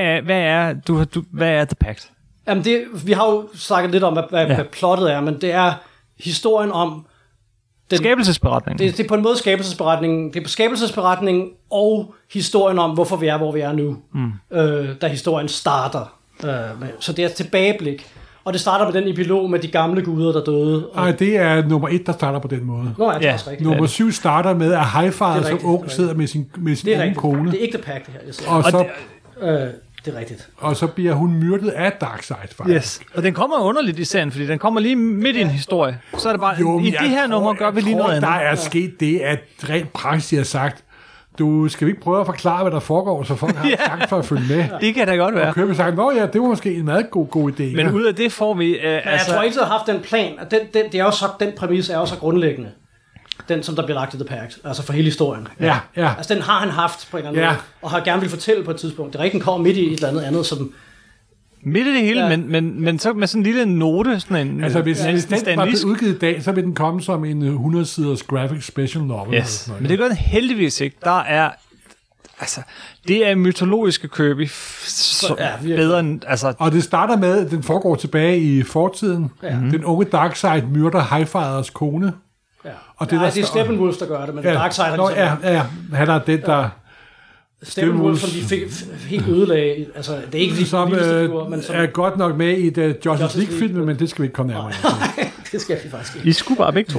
er The Pact? Jamen vi har jo snakket lidt om, hvad plottet er, men det er historien om... Skabelsesberetningen. Det er på en måde skabelsesberetningen. Det er på skabelsesberetningen og historien om, hvorfor vi er, hvor vi er nu. Da historien starter. Så det er et tilbageblik. Og det starter med den epilog med de gamle guder, der døde. Nej, det er nummer 1, der starter på den måde. Nå, det er også rigtigt. Nummer 7 starter med, at Highfather som ung sidder med sin unge kone. Det er ikke The Pact, det her, jeg siger. Og så, det er rigtigt. Og så bliver hun myrdet af Darkseid, faktisk. Yes. Og den kommer underligt i serien, fordi den kommer lige midt i en historie. Så er det bare, i det her nummer gør vi lige noget andet. Der er sket det, at rent praksis har sagt, du skal vi ikke prøve at forklare, hvad der foregår, så folk har en chance for at følge med. Det kan da godt være. Og Kirby sagt, det var måske en meget god idé. Men ud af det får vi... jeg tror ikke, at har haft den plan. Det er jo så, den præmis er jo så grundlæggende. Den, som der bliver lagt i The Pact. Altså for hele historien. Ja. Altså den har han haft på en eller anden måde. Og har gerne vil fortælle på et tidspunkt. Det er rigtigt, den kommer midt i et eller andet, som... Midt i det hele, men så med sådan en lille note, sådan en... Altså hvis den var blevet udgivet i dag, så vil den komme som en 100-siders graphic special novel. Yes. Men det gør den heldigvis ikke. Der er... Altså, det er mytologiske Kirby bedre end... Altså... Og det starter med, at den foregår tilbage i fortiden. Ja. Den unge Darkseid myrder Highfathers kone. Ja. Og det er Steppenwolf, der gør det, men Darkseid har ligesom... han er den, der... Steppenwolf, som de fik helt ødelagde. Altså, det er ikke de som figurer, men som er godt nok med i et Justice League-film, men det skal vi ikke komme nærmere. Nej, det skal vi faktisk ikke. I skulle bare begge to.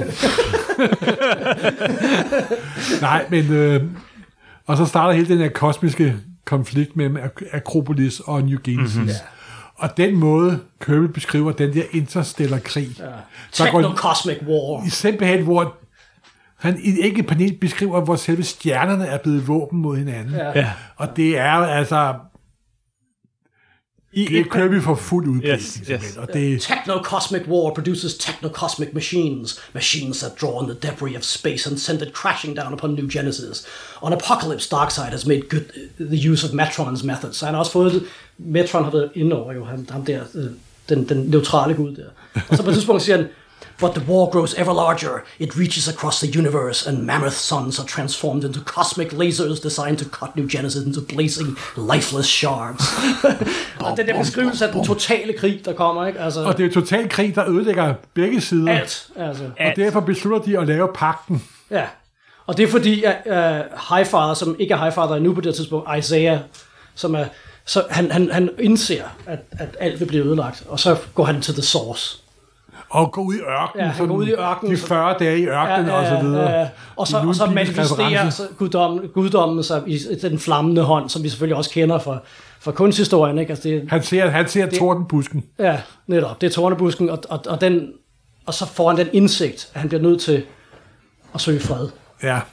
Nej, men... og så starter hele den her kosmiske konflikt mellem Akropolis og New Genesis. Mm-hmm. Og den måde, Kirby beskriver den der interstellar krig. Ja. Techno-cosmic war. Simpelthen, hvor han i et enkelt panel beskriver, hvor selve stjernerne er blevet våben mod hinanden. Ja. Og det er altså... Det er Kirby for fuld udbredelse. Yes. Og det... Techno-cosmic war produces techno-cosmic machines. Machines that draw on the debris of space and send it crashing down upon New Genesis. On Apocalypse, Darkseid has made good the use of Metron's methods. Så han har også fået... Metron har været inde over jo, ham der, den neutrale gud der. Og så på et tidspunkt siger han, but the war grows ever larger. It reaches across the universe, and mammoth suns are transformed into cosmic lasers designed to cut New Genesis into blazing, lifeless shards. Og den der beskrivelse af den totale krig, der kommer, ikke? Altså, og det er jo total krig, der ødelægger begge sider. Alt, altså. Og derfor beslutter de at lave pagten. Ja, og det er fordi, at Highfather, som ikke er Highfather endnu på det tidspunkt, Isaiah, som er... Så han indser, at alt vil blive ødelagt, og så går han til the source. Og gå ud i ørkenen. Ja, han går ud i ørkenen. De 40 dage i ørkenen og så videre. Og så manifesterer guddommen sig i den flammende hånd, som vi selvfølgelig også kender fra kunsthistorien. Ikke? Altså han ser tordenbusken. Ja, netop. Det er tordenbusken, og så får han den indsigt, at han bliver nødt til at søge fred. Ja.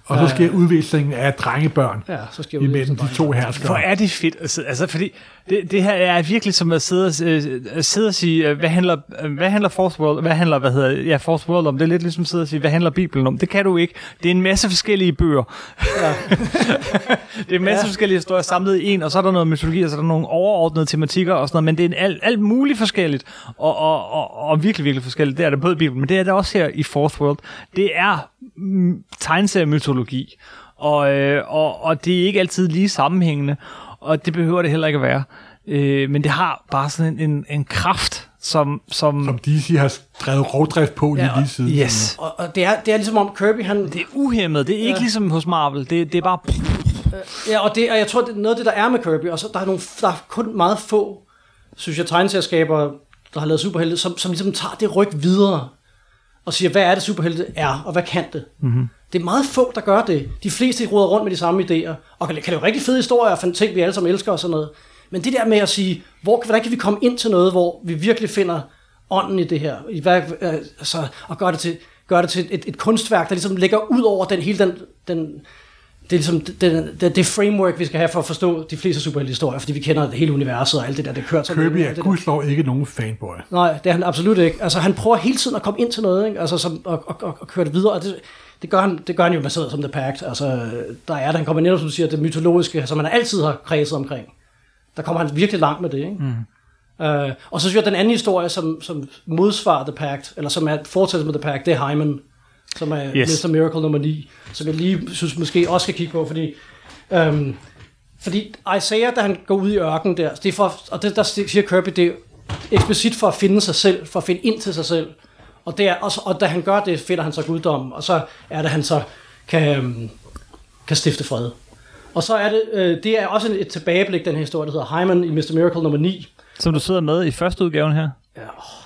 Og så sker udviklingen af drengebørn imellem de to herskere. Hvor er det fedt. Altså, fordi det her er virkelig som at sidde og sige, hvad handler Fourth World, Fourth World om? Det er lidt ligesom at sidde og sige, hvad handler Bibelen om? Det kan du ikke. Det er en masse forskellige bøger. Ja. Det er en masse forskellige historier samlet i en, og så er der noget mytologi, og så er der nogle overordnede tematikker og sådan noget, men det er alt muligt forskelligt, og virkelig, virkelig forskelligt. Det er der både i Bibelen, men det er der også her i Fourth World. Det er tegneseriemytologi, og det er ikke altid lige sammenhængende, og det behøver det heller ikke at være. Men det har bare sådan en kraft, som DC har drevet rovdrift på lige siden. Yes. Og det er ligesom om Kirby, han... Det er uhæmmet, det er ikke ligesom hos Marvel, det er bare... og jeg tror, det er noget af det, der er med Kirby, og så der er kun meget få, synes jeg, tegneserieskaber, der har lavet superhelte, som ligesom tager det ryg videre, og siger, hvad er det superhelte er, og hvad kan det? Mm-hmm. Det er meget få, der gør det. De fleste roder rundt med de samme idéer, og kan lave rigtig fede historier, og ting, vi alle sammen elsker og sådan noget. Men det der med at sige, hvordan kan vi komme ind til noget, hvor vi virkelig finder ånden i det her, og gøre det til et kunstværk, der ligesom ligger ud over det er ligesom det framework, vi skal have for at forstå de fleste superheltehistorier, fordi vi kender det hele universet og alt det der, det kører. Kirby er gudslov ikke nogen fanboy. Nej, det er han absolut ikke. Altså, han prøver hele tiden at komme ind til noget, ikke? Altså, og køre det videre, og det gør han jo baseret som The Pact. Altså, han kommer netop, som du siger, det mytologiske, som han altid har kredset omkring. Der kommer han virkelig langt med det, ikke? Mm. Og så synes jeg, den anden historie, som modsvarer The Pact, eller som er fortsættelse med The Pact, det er Hyman, som er Mr. Miracle nummer 9, som jeg lige synes måske også skal kigge på, fordi Isaiah, da han går ud i ørkenen der, det er for, og det der siger Kirby, det er eksplicit for at finde sig selv, for at finde ind til sig selv, og da han gør det, finder han så guddommen, og så er det, han så kan stifte fred. Og så er det er også et tilbageblik, den her historie, der hedder Hyman i Mr. Miracle nummer 9. Som du sidder med i første udgaven her? Ja.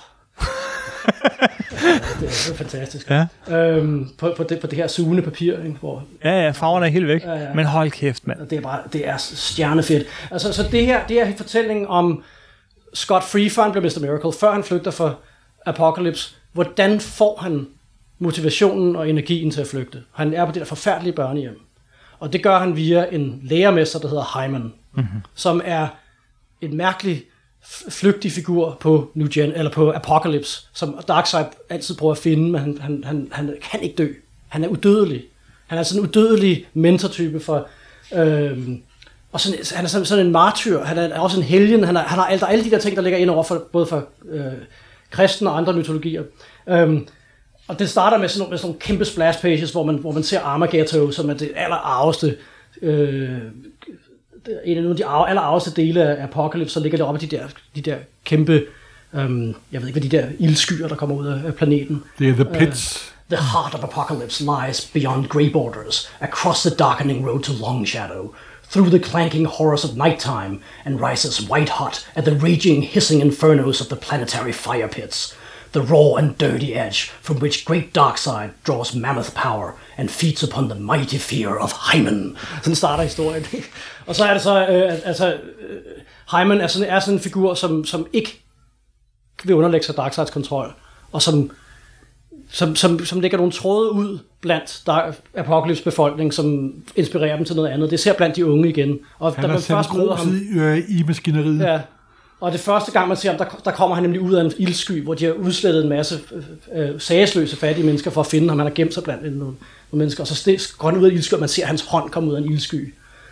Det er fantastisk. Ja. På det her sugende papir, ikke, hvor... Ja, farverne er helt væk. Ja. Men hold kæft, mand. Det er stjernefedt. Altså, så det her er fortællingen om Scott Free, før han blev Mr. Miracle, før han flygter fra Apocalypse. Hvordan får han motivationen og energien til at flygte? Han er på det der forfærdelige børnehjem. Og det gør han via en lærermester, der hedder Hyman, som er en mærkelig flygtig figur på New Gen, eller på Apocalypse, som Darkseid altid prøver at finde, men han kan ikke dø. Han er udødelig. Han er sådan en udødelig mentortype for... og han er sådan en martyr. Han er også en helgen. Han har alle de der ting, der ligger ind over for, både for kristne og andre mytologier. Og det starter med sådan nogle kæmpe splash pages, hvor man ser Armageddon, som er det allerarveste... en af de allerarveste dele af Apocalypse, så ligger det oppe af de der kæmpe, jeg ved ikke hvad de der ildskyer, der kommer ud af planeten. Det er The Pits. The heart of Apocalypse lies beyond grey borders, across the darkening road to Long Shadow, through the clanking horrors of nighttime, and rises white hot at the raging, hissing infernos of the planetary fire pits. The raw and dirty edge from which great Darkseid draws mammoth power and feeds upon the mighty fear of Hyman. Sådan starter historien. Og så er det så, Hyman er sådan en figur, som ikke vil underlægge sig Darkseids kontrol, og som lægger nogle tråde ud blandt Apocalypse befolkning, som inspirerer dem til noget andet. Det ser blandt de unge igen. Og han har sendt grus i maskineriet. Ja. Og det første gang, man ser ham, der kommer han nemlig ud af en ildsky, hvor de har udslettet en masse sagesløse fattige mennesker for at finde ham. Han har gemt sig blandt nogle mennesker, og så går han ud af ildsky, og man ser hans hånd komme ud af en ildsky.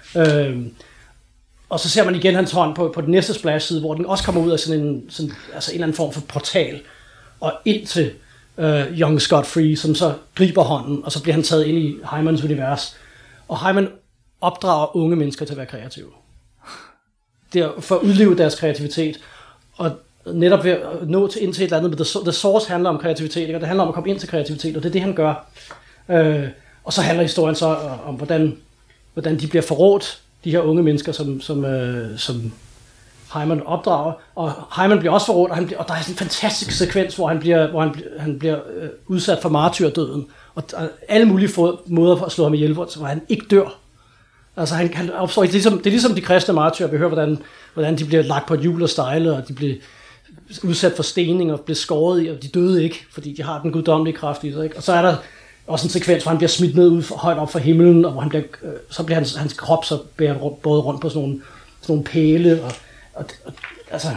Og så ser man igen hans hånd på den næste splash-side, hvor den også kommer ud af sådan en eller anden form for portal, og ind til Young Scott Free, som så griber hånden, og så bliver han taget ind i Hymans univers. Og Hyman opdrager unge mennesker til at være kreative. Det er for at udleve deres kreativitet, og netop ved at nå ind til et eller andet, men The Source handler om kreativitet, ikke? Og det handler om at komme ind til kreativitet, og det er det, han gør. Og så handler historien så om, hvordan de bliver forrådt, de her unge mennesker, som Hyman opdrager, og Hyman bliver også forrådt, og der er sådan en fantastisk sekvens, hvor han bliver udsat for martyrdøden, og alle mulige måder for at slå ham ihjel, hvor han ikke dør. Altså han opstår ikke. Det er ligesom de kristne martyrer. Vi hører, hvordan de bliver lagt på et hjul og stejle, og de bliver udsat for stening og bliver skåret i, og de døde ikke, fordi de har den guddommelige kraft i sig. Ikke? Og så er der Også en sekvens, hvor han bliver smidt ned ud højt op fra himlen, og hvor han bliver, så bliver hans krop så både rundt på sådan nogle pæle, og altså...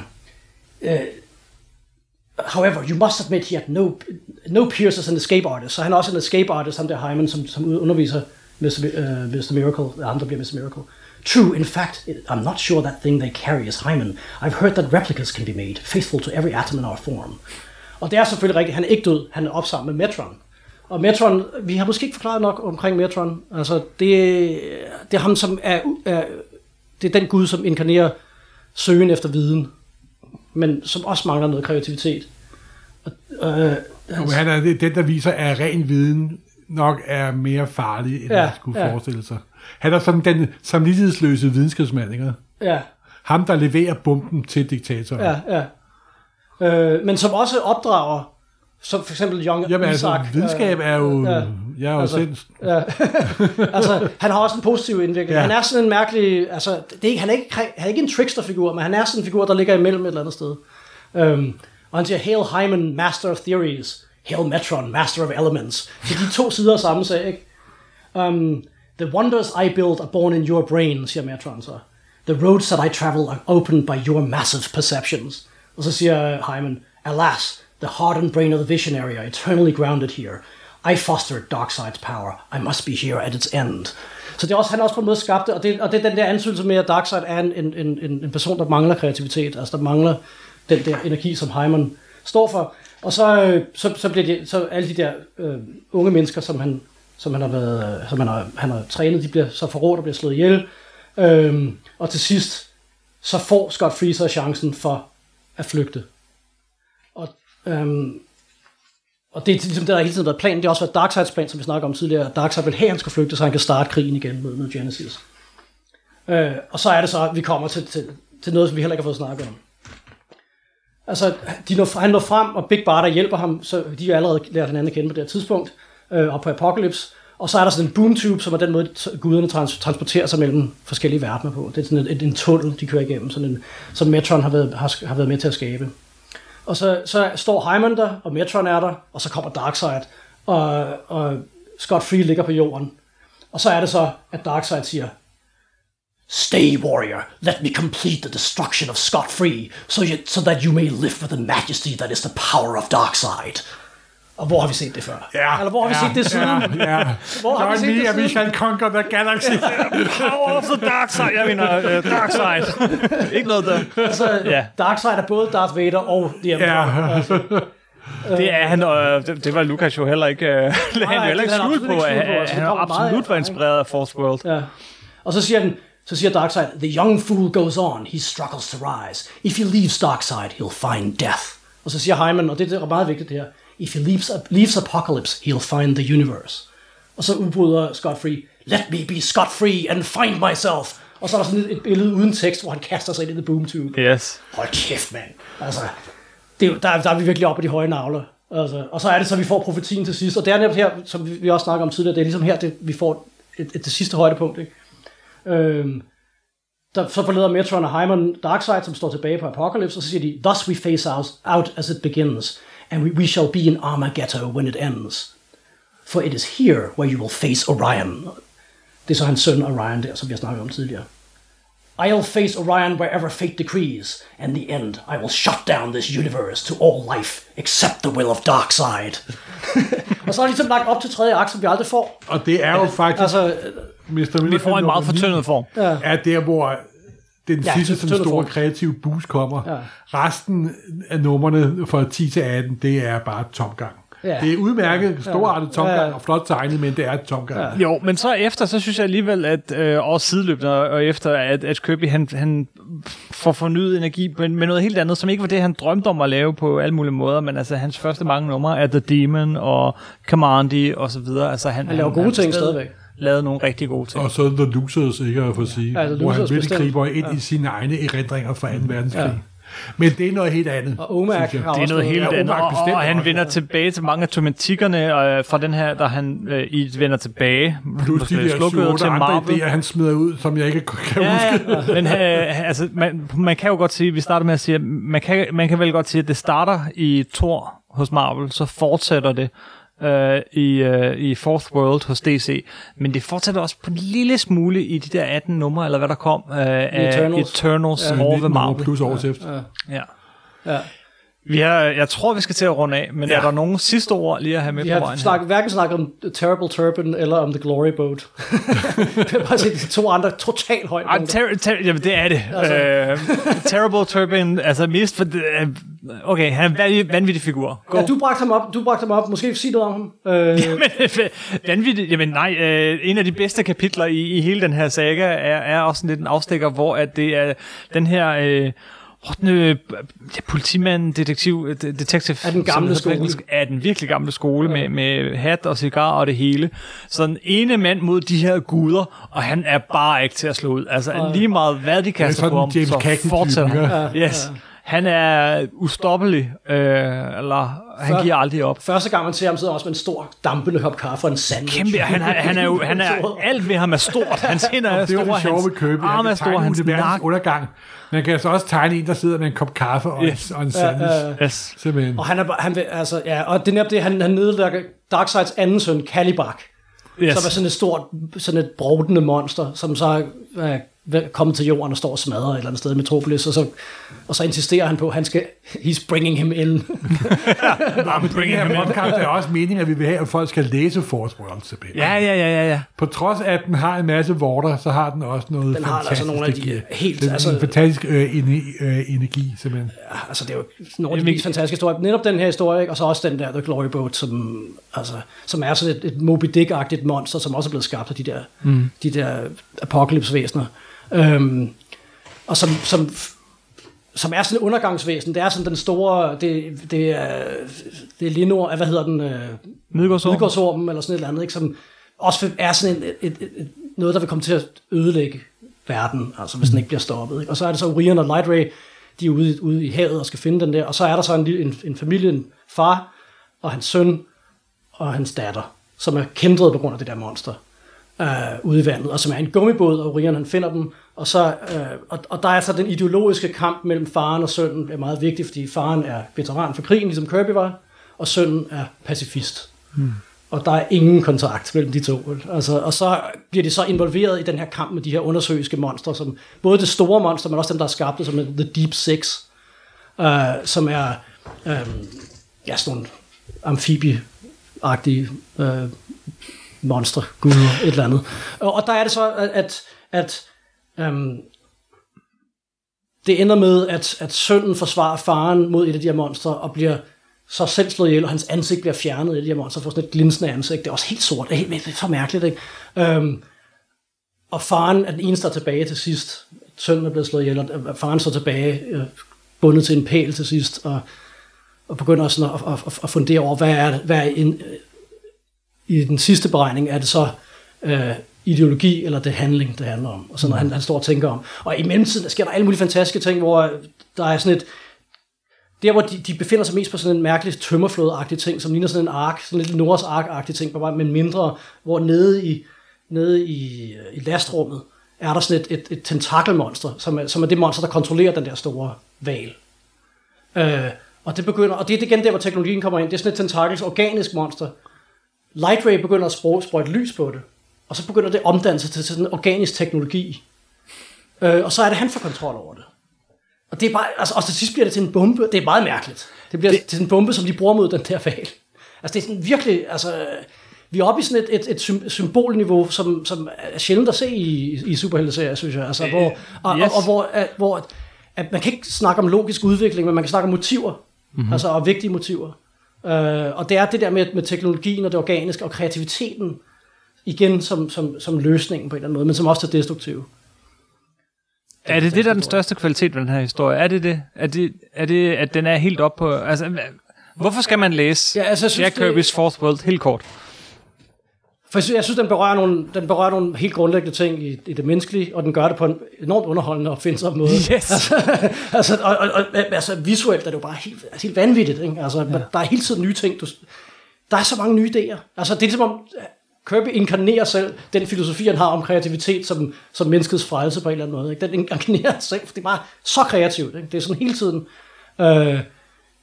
however, you must admit he had no peers as an escape artist, så han er også en escape artist, ham der Hyman, som underviser Mr. Miracle, ham der bliver Mr. Miracle. True, in fact, I'm not sure that thing they carry is Hyman. I've heard that replicas can be made, faithful to every atom in our form. Og det er selvfølgelig rigtigt, han er ikke død, han er opsamlet med Metron. Og Metron, vi har måske ikke forklaret nok omkring Metron, altså det er ham, som det er den gud, som inkarnerer søgen efter viden, men som også mangler noget kreativitet. Han er den, der viser, at ren viden nok er mere farlig, end man skulle forestille sig. Han er som den samvittighedsløse videnskabsmand, ikke? Ja. Ham, der leverer bomben til diktatoren. Ja. Men som også opdrager, som for eksempel Young Isaac. Jamen altså, videnskab er jo... Jeg er jo sinds. Ja. Altså, han har også en positiv indvirkning. Ja. Han er sådan en mærkelig... Altså, han er ikke en trickster-figur, men han er sådan en figur, der ligger imellem et eller andet sted. Og han siger, Hail Hyman, Master of Theories. Hail Metron, Master of Elements. Så de to sider af samme sag, ikke? The wonders I build are born in your brain, siger Metron så. The roads that I travel are opened by your massive perceptions. Og så siger Hyman, Alas, the hardened brain of the visionary are eternally grounded here. I fostered Darkseid's power. I must be here at its end. Så det er også, han er også på en måde skabt det, og det er den der ansynelse med, at Darkseid er en person, der mangler kreativitet, altså der mangler den der energi, som Hyman står for. Og så bliver det, så alle de der unge mennesker, som han har trænet, de bliver så forrådt og bliver slået ihjel. Og til sidst, så får Scott Free så chancen for at flygte. Og det er ligesom det, der hele tiden har været planen. Det har også været Darkseids plan, som vi snakker om tidligere. At Darkseid vil have, at han skal flygte, så han kan starte krigen igen mod Genesis. Og så er det så, at vi kommer til noget, som vi heller ikke har fået snakket om. Altså, han når frem, og Big Barda hjælper ham, så de har allerede lært hinanden at kende på det her tidspunkt, op på Apocalypse. Og så er der sådan en boomtube, som er den måde, guderne transporterer sig mellem forskellige verdener på. Det er sådan en tunnel, de kører igennem, som Metron har været med til at skabe. Og så står Hyman der, og Metron er der, og så kommer Darkseid, og Scott Free ligger på jorden. Og så er det så, at Darkseid siger, Stay, warrior, let me complete the destruction of Scott Free, so that you may live with the majesty that is the power of Darkseid. Og hvor har vi set det før? Ja, eller hvor har vi set det siden? Ja. Hvor har vi set det siden? We shall conquer the galaxy. Power of the dark side. Jeg mener, dark side. Ikke noget der. Altså, Darkseid er både Darth Vader og The Emperor. Altså. Det er han, og det var Lucas jo heller ikke, han heller ikke skjult på. Han absolut var inspireret af Force World. Ja. Og så siger Darkseid, the young fool goes on, he struggles to rise. If he leaves Darkseid, he'll find death. Og så siger Hyman, og det er meget vigtigt det her, if he leaves Apocalypse, he'll find the universe. Og så udbryder Scott Free, let me be Scott Free and find myself. Og så er der sådan et billede uden tekst, hvor han kaster sig ind i the boom tube. Yes. Hold kæft, mand. Altså, der er vi virkelig oppe på de høje navler. Altså, og så er det så, vi får profetien til sidst. Og det er netop her, som vi også snakker om tidligere, det er ligesom her, vi får det sidste højdepunkt, ikke? Så forleder Metron og Hyman Darkseid, som står tilbage på Apocalypse, og så siger de, thus we phase out as it begins, and we shall be in Armageddon when it ends. For it is here where you will face Orion. Det er så hans søn Orion der, som vi har snakket om tidligere. I'll face Orion wherever fate decrees, and the end, I will shut down this universe to all life, except the will of Darkseid. Og så er det ligesom lagt op til tredje akt, som vi aldrig får. Og det er jo faktisk... Altså, vi får en meget fortyndet form. Er der, hvor den sidste som store kreative boost kommer. Ja. Resten af numrene fra 10 til 18, det er bare tomgang. Ja. Det er udmærket, storartet tomgang og flot tegnet, men det er et tomgang. Ja. Jo, men så synes jeg alligevel, at også sideløbende og efter, at Kirby han får fornyet energi med noget helt andet, som ikke var det, han drømte om at lave på alle mulige måder, men altså hans første mange numre er The Demon og Kamandi og så videre. Altså, han laver gode ting stadigvæk. Lavede nogle rigtig gode ting. Og så The Losers, ikke at få sige, hvor han virkelig griber ind i sine egne erindringer fra 2. verdenskrig. Ja. Men det er noget helt andet. Og Omak det er noget helt andet. Og han vender tilbage til mange af tematikkerne fra den her, der han vender tilbage. Plus de der 7-8 andre idéer, han smider ud, som jeg ikke kan huske. Men altså, man kan jo godt sige, vi starter med at sige, man kan vel godt sige, at det starter i Thor hos Marvel, så fortsætter det i Fourth World hos DC, men det fortsætter også på en lille smule i de der 18 numre, eller hvad der kom af Eternals over ved Marvel. Plus års efter. Ja. Jeg tror, vi skal til at runde af, men er der nogen sidste ord lige at have med på vejen? Vi har hverken snakket om Terrible Turpin eller om The Glory Boat. Vi har bare set de to andre totalt højt. Jamen, det er det. Altså. Terrible Turpin, altså mest for... Okay, han er en vanvittig figur. Ja, du bragte ham op. Måske sige noget om ham. Jamen, vanvittig... Jamen nej, en af de bedste kapitler i hele den her saga er også lidt en afstikker, hvor at det er den her... politimand, detective af den gamle skole. Af den virkelig gamle skole med hat og cigar og det hele. Så den ene mand mod de her guder, og han er bare ikke til at slå ud. Altså lige meget hvad de kaster på ham, så fortsætter han. Yes. Han er ustoppelig, eller han giver aldrig op. Første gang man ser ham, sidder også med en stor dampende kop kaffe og en sandwich. Kæmpe, han er alt ved ham er stort. Hans hænder er store, hans arm er store, hans nakke. Undergang. Man kan så også tegne en, der sidder med en kop kaffe og en sandwich. Og og det er netop det, han nedlægger Darkseids anden søn, Kalibak, som er sådan et brodende monster, som så kommet til jorden og står og smadrer et eller andet sted i Metropolis, og så insisterer han på, at he's bringing him in. Bringing him in. Det er også meningen, at vi vil have, at folk skal læse Force World tilbage. Ja. På trods af, at den har en masse vorter, så har den også noget den fantastisk. Den har altså nogle af de helt... en fantastisk energi, simpelthen. Ja, altså det er jo nogle af de mest fantastiske historier. Netop den her historie, ikke? Og så også den der The Glory Boat, som er sådan et Moby Dick-agtigt monster, som også er blevet skabt af de der apocalypse-væsener. Og som er sådan et undergangsvæsen. Det er sådan den store, det er Linor, hvad hedder den? Midgårdsormen eller sådan et eller andet, ikke? Som også er sådan noget, der vil komme til at ødelægge verden, altså hvis den ikke bliver stoppet, ikke? Og så er det så Orion og Lightray, de er ude i havet og skal finde den der, og så er der så en familie, en far og hans søn og hans datter, som er kæntret på grund af det der monster. Ude i vandet, og som er en gummibåd, og Orion han finder dem, og så og der er så den ideologiske kamp mellem faren og sønnen er meget vigtig, fordi faren er veteran for krigen, ligesom Kirby var, og sønnen er pacifist. Og der er ingen kontrakt mellem de to. Altså, og så bliver de så involveret i den her kamp med de her undersøiske monstre, som både det store monster, men også dem, der er skabt, som er The Deep Six, som er sådan nogle amfibieagtige monster, guder, et eller andet. Og der er det så, at det ender med, at sønnen forsvarer faren mod et af de her monstre, og bliver så selv slået ihjel, og hans ansigt bliver fjernet af de her monster, får sådan et glinsende ansigt. Det er også helt sort, det er helt så mærkeligt, ikke? Og faren er den eneste, der er tilbage til sidst. Sønnen er blevet slået ihjel, og faren står tilbage, bundet til en pæl til sidst, og begynder sådan at fundere over, hvad er i den sidste beregning, er det så ideologi eller det handling, det handler om. Og sådan noget, han står og tænker om. Og i mellemtiden, der sker der alle mulige fantastiske ting, hvor der er sådan et... Der, hvor de befinder sig mest på sådan en mærkelig tømmerflåde-agtig ting, som ligner sådan en ark, sådan lidt Noahs ark-agtig ting, men mindre, hvor nede i lastrummet er der sådan et tentakelmonster, som er det monster, der kontrollerer den der store hval. Og det er igen der, hvor teknologien kommer ind. Det er sådan et tentakels organisk monster. Lightray begynder at sprøjte lys på det, og så begynder det at omdanne sig til sådan en organisk teknologi. Og så er det, han får kontrol over det. Og det er bare, og til sidst bliver det til en bombe. Det er meget mærkeligt. Det bliver til en bombe, som de bruger mod den der hval. Altså det er sådan virkelig, vi er oppe i sådan et symbolniveau, som er sjældent at se i superhelteserier, synes jeg. Altså, hvor at man kan ikke snakke om logisk udvikling, men man kan snakke om motiver. Altså, og vigtige motiver. Og det er det der med teknologien og det organiske og kreativiteten igen som løsningen på en eller anden måde, men som også er destruktiv. Er det der er den største kvalitet ved den her historie? Er det det? Er det at den er helt op på... Altså, hvorfor skal man læse Jack Kirby's Fourth World helt kort? For jeg synes, den berører nogle helt grundlæggende ting i det menneskelige, og den gør det på en enormt underholdende og findsom måde. Yes. altså visuelt er det jo bare helt vanvittigt. Ikke? Altså, der er hele tiden nye ting. Der er så mange nye idéer. Altså, det er ligesom om Kirby inkarnerer selv den filosofi, han har om kreativitet som menneskets frelse på en eller anden måde. Ikke? Den inkarnerer selv, for det er bare så kreativt. Ikke? Det er sådan hele tiden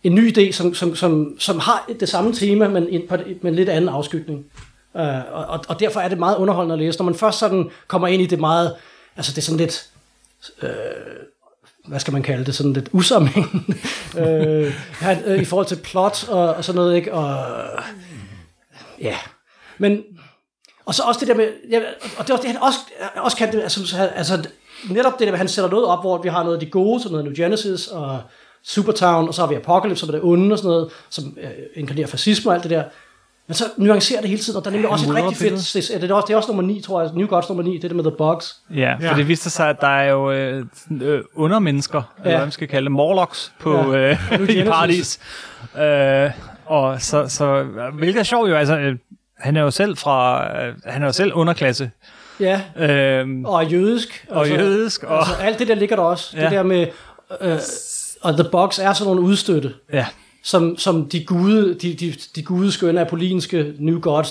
en ny idé, som har det samme tema, men med en lidt anden afskygning. Og derfor er det meget underholdende at læse. Når man først sådan kommer ind i det meget, altså det er sådan lidt, hvad skal man kalde det, sådan lidt usammenhængende, i forhold til plot og sådan noget, ikke? Og ja, men og så også det der med, og det er også det, han også kan det, altså netop det der, han sætter noget op, hvor vi har noget af de gode, sådan noget New Genesis og Supertown, og så har vi Apocalypse, som er det onde og sådan noget, som inkarnerer fascisme og alt det der. Men så nuancerer det hele tiden, og der er nemlig også et rigtig fedt, det er også nummer 9, tror jeg, New Gods nummer 9, det er det med The Bugs. Ja, for det viste sig, at der er jo undermennesker, eller hvad man skal kalde det, Morlocks i Paradis. Og så hvilket er sjovt jo, altså han er jo selv underklasse. Ja, og jødisk. Og jødisk. Og altså, alt det der ligger der også. Ja. Det der med, og The Bugs er sådan nogle udstøtte. Ja. Som de gudeskønne apollinske New Gods,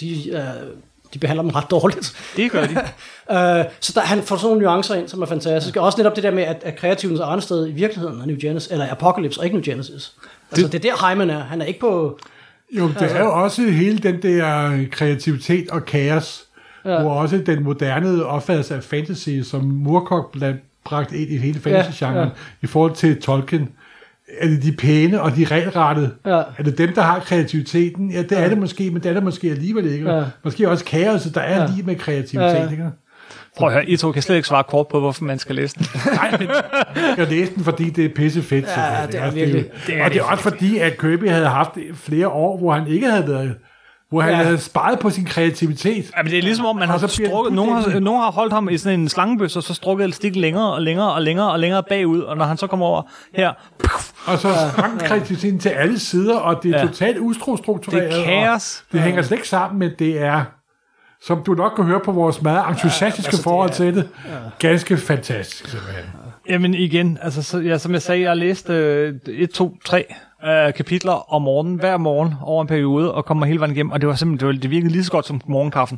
de behandler dem ret dårligt. Det gør de. Så han får sådan nogle nuancer ind, som er fantastiske. Også netop det der med, at kreativens arnested i virkeligheden er New Genesis, eller Apocalypse og ikke New Genesis. Altså det er der Hyman er. Han er ikke på... Jo, det er jo også hele den der kreativitet og kaos, hvor også den moderne opfattelse af fantasy, som Moorcock bragt ind i hele fantasy-genren, i forhold til Tolkien. Er det de pæne og de regelrettede? Ja. Er det dem, der har kreativiteten? Ja, det er det måske, men det er der måske alligevel ikke. Ja. Måske også kaoset, der er lige med kreativitet. Ikke? Prøv at høre, I to kan slet ikke svare kort på, hvorfor man skal læse den. Nej, men jeg skal læse den, fordi det er pissefedt. Ja, det er virkelig. Og det er også fordi, at Kirby havde haft flere år, hvor han ikke havde været... Hvor han havde sparet på sin kreativitet. Ja, men det er ligesom om, man har strukket... Nogen har holdt ham i sådan en slangebøs, og så strukket elastikken længere og længere og længere og længere bagud, og når han så kommer over her... Og så sprang kreativiteten til alle sider, og det er totalt ustruktureret. Det er kaos. Det hænger slet ikke sammen, men det er, som du nok kan høre på vores meget entusiastiske forhold til det, ganske fantastisk simpelthen. Jamen igen, altså som jeg sagde, jeg har læst 1, 2, 3 kapitler om morgenen, hver morgen over en periode, og kommer hele vejen igennem, og det var simpelthen, det virkede lige så godt som morgenkaffen.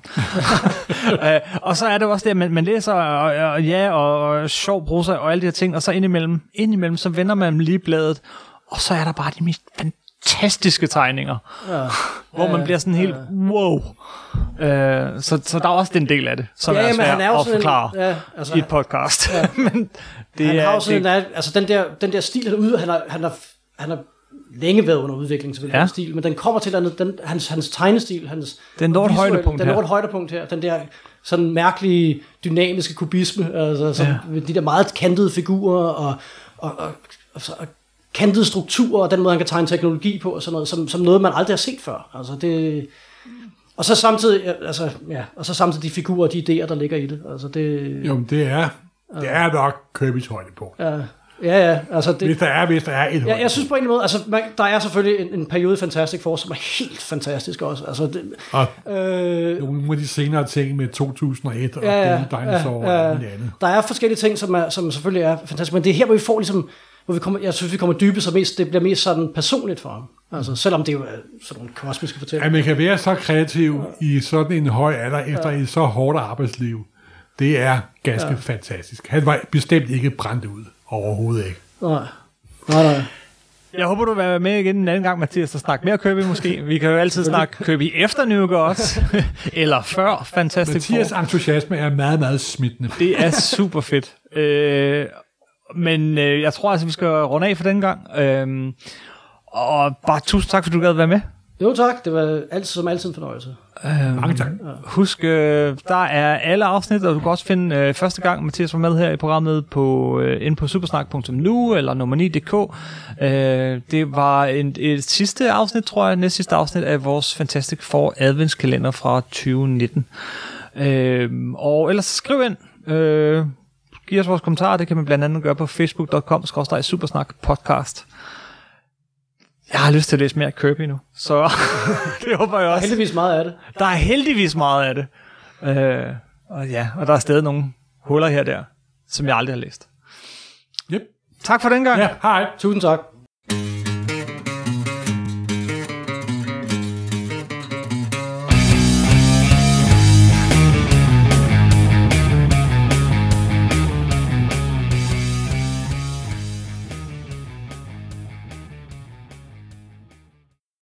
Og så er det også det, at man læser, og sjov prosa, og alle de her ting, og så indimellem, så vender man lige bladet, og så er der bare de mest fantastiske tegninger, hvor man bliver sådan helt, wow. Så der er også den del af det, som er svært at forklare i et podcast. Ja. Men det han har sådan altså den der stil, han har længe været under udvikling, selvfølgelig, den stil, men den kommer til hans tegnestil, den når et højdepunkt her. Højdepunkt her. Den der sådan mærkelige, dynamiske kubisme, altså de der meget kantede figurer, og kantede strukturer, og den måde, han kan tegne teknologi på, og sådan noget, som noget, man aldrig har set før. Altså det... Og så samtidig de figurer og de idéer, der ligger i det. Altså det... Jo, det er nok Kirby's højdepunkt. Ja, altså det... Hvis der er et højdepunkt. Jeg synes på en måde, altså der er selvfølgelig en periode i Fantastic Four, som er helt fantastisk også. Altså det, nogle af de senere ting med 2001 og Dinosaur og andet. Der er forskellige ting, som selvfølgelig er fantastiske, men det er her, hvor vi får ligesom... jeg synes, vi kommer dybest, så det bliver mest sådan personligt for ham. Altså, selvom det jo er sådan nogle kosmiske fortællinger. At man kan være så kreativ i sådan en høj alder, efter et så hårdt arbejdsliv, det er ganske fantastisk. Han var bestemt ikke brændt ud. Overhovedet ikke. Nej. Jeg håber, du vil være med igen en anden gang, Mathias, og snakke mere Kirby måske. Vi kan jo altid snakke Kirby efter New Gods, eller før Fantastic Four. Mathias entusiasme er meget, meget smittende. Det er super fedt. Men jeg tror altså, vi skal runde af for den gang. Og bare tusind tak, fordi du gad være med. Jo tak, det var som altid en fornøjelse. Mange tak. Husk, der er alle afsnit, og du kan også finde første gang Mathias var med her i programmet inde på supersnak.nu eller nummer 9.dk. Det var et sidste afsnit, tror jeg, næst sidste afsnit af vores Fantastic Four adventskalender fra 2019. Og ellers skriv ind. Giv os vores kommentarer, det kan man blandt andet gøre på facebook.com/supersnakpodcast. Jeg har lyst til at læse mere Kirby nu, så det håber jeg også. Der er heldigvis meget af det. Der er heldigvis meget af det. Og der er stadig nogle huller her der, som jeg aldrig har læst. Yep. Tak for den gang. Ja, hej. Tusind tak.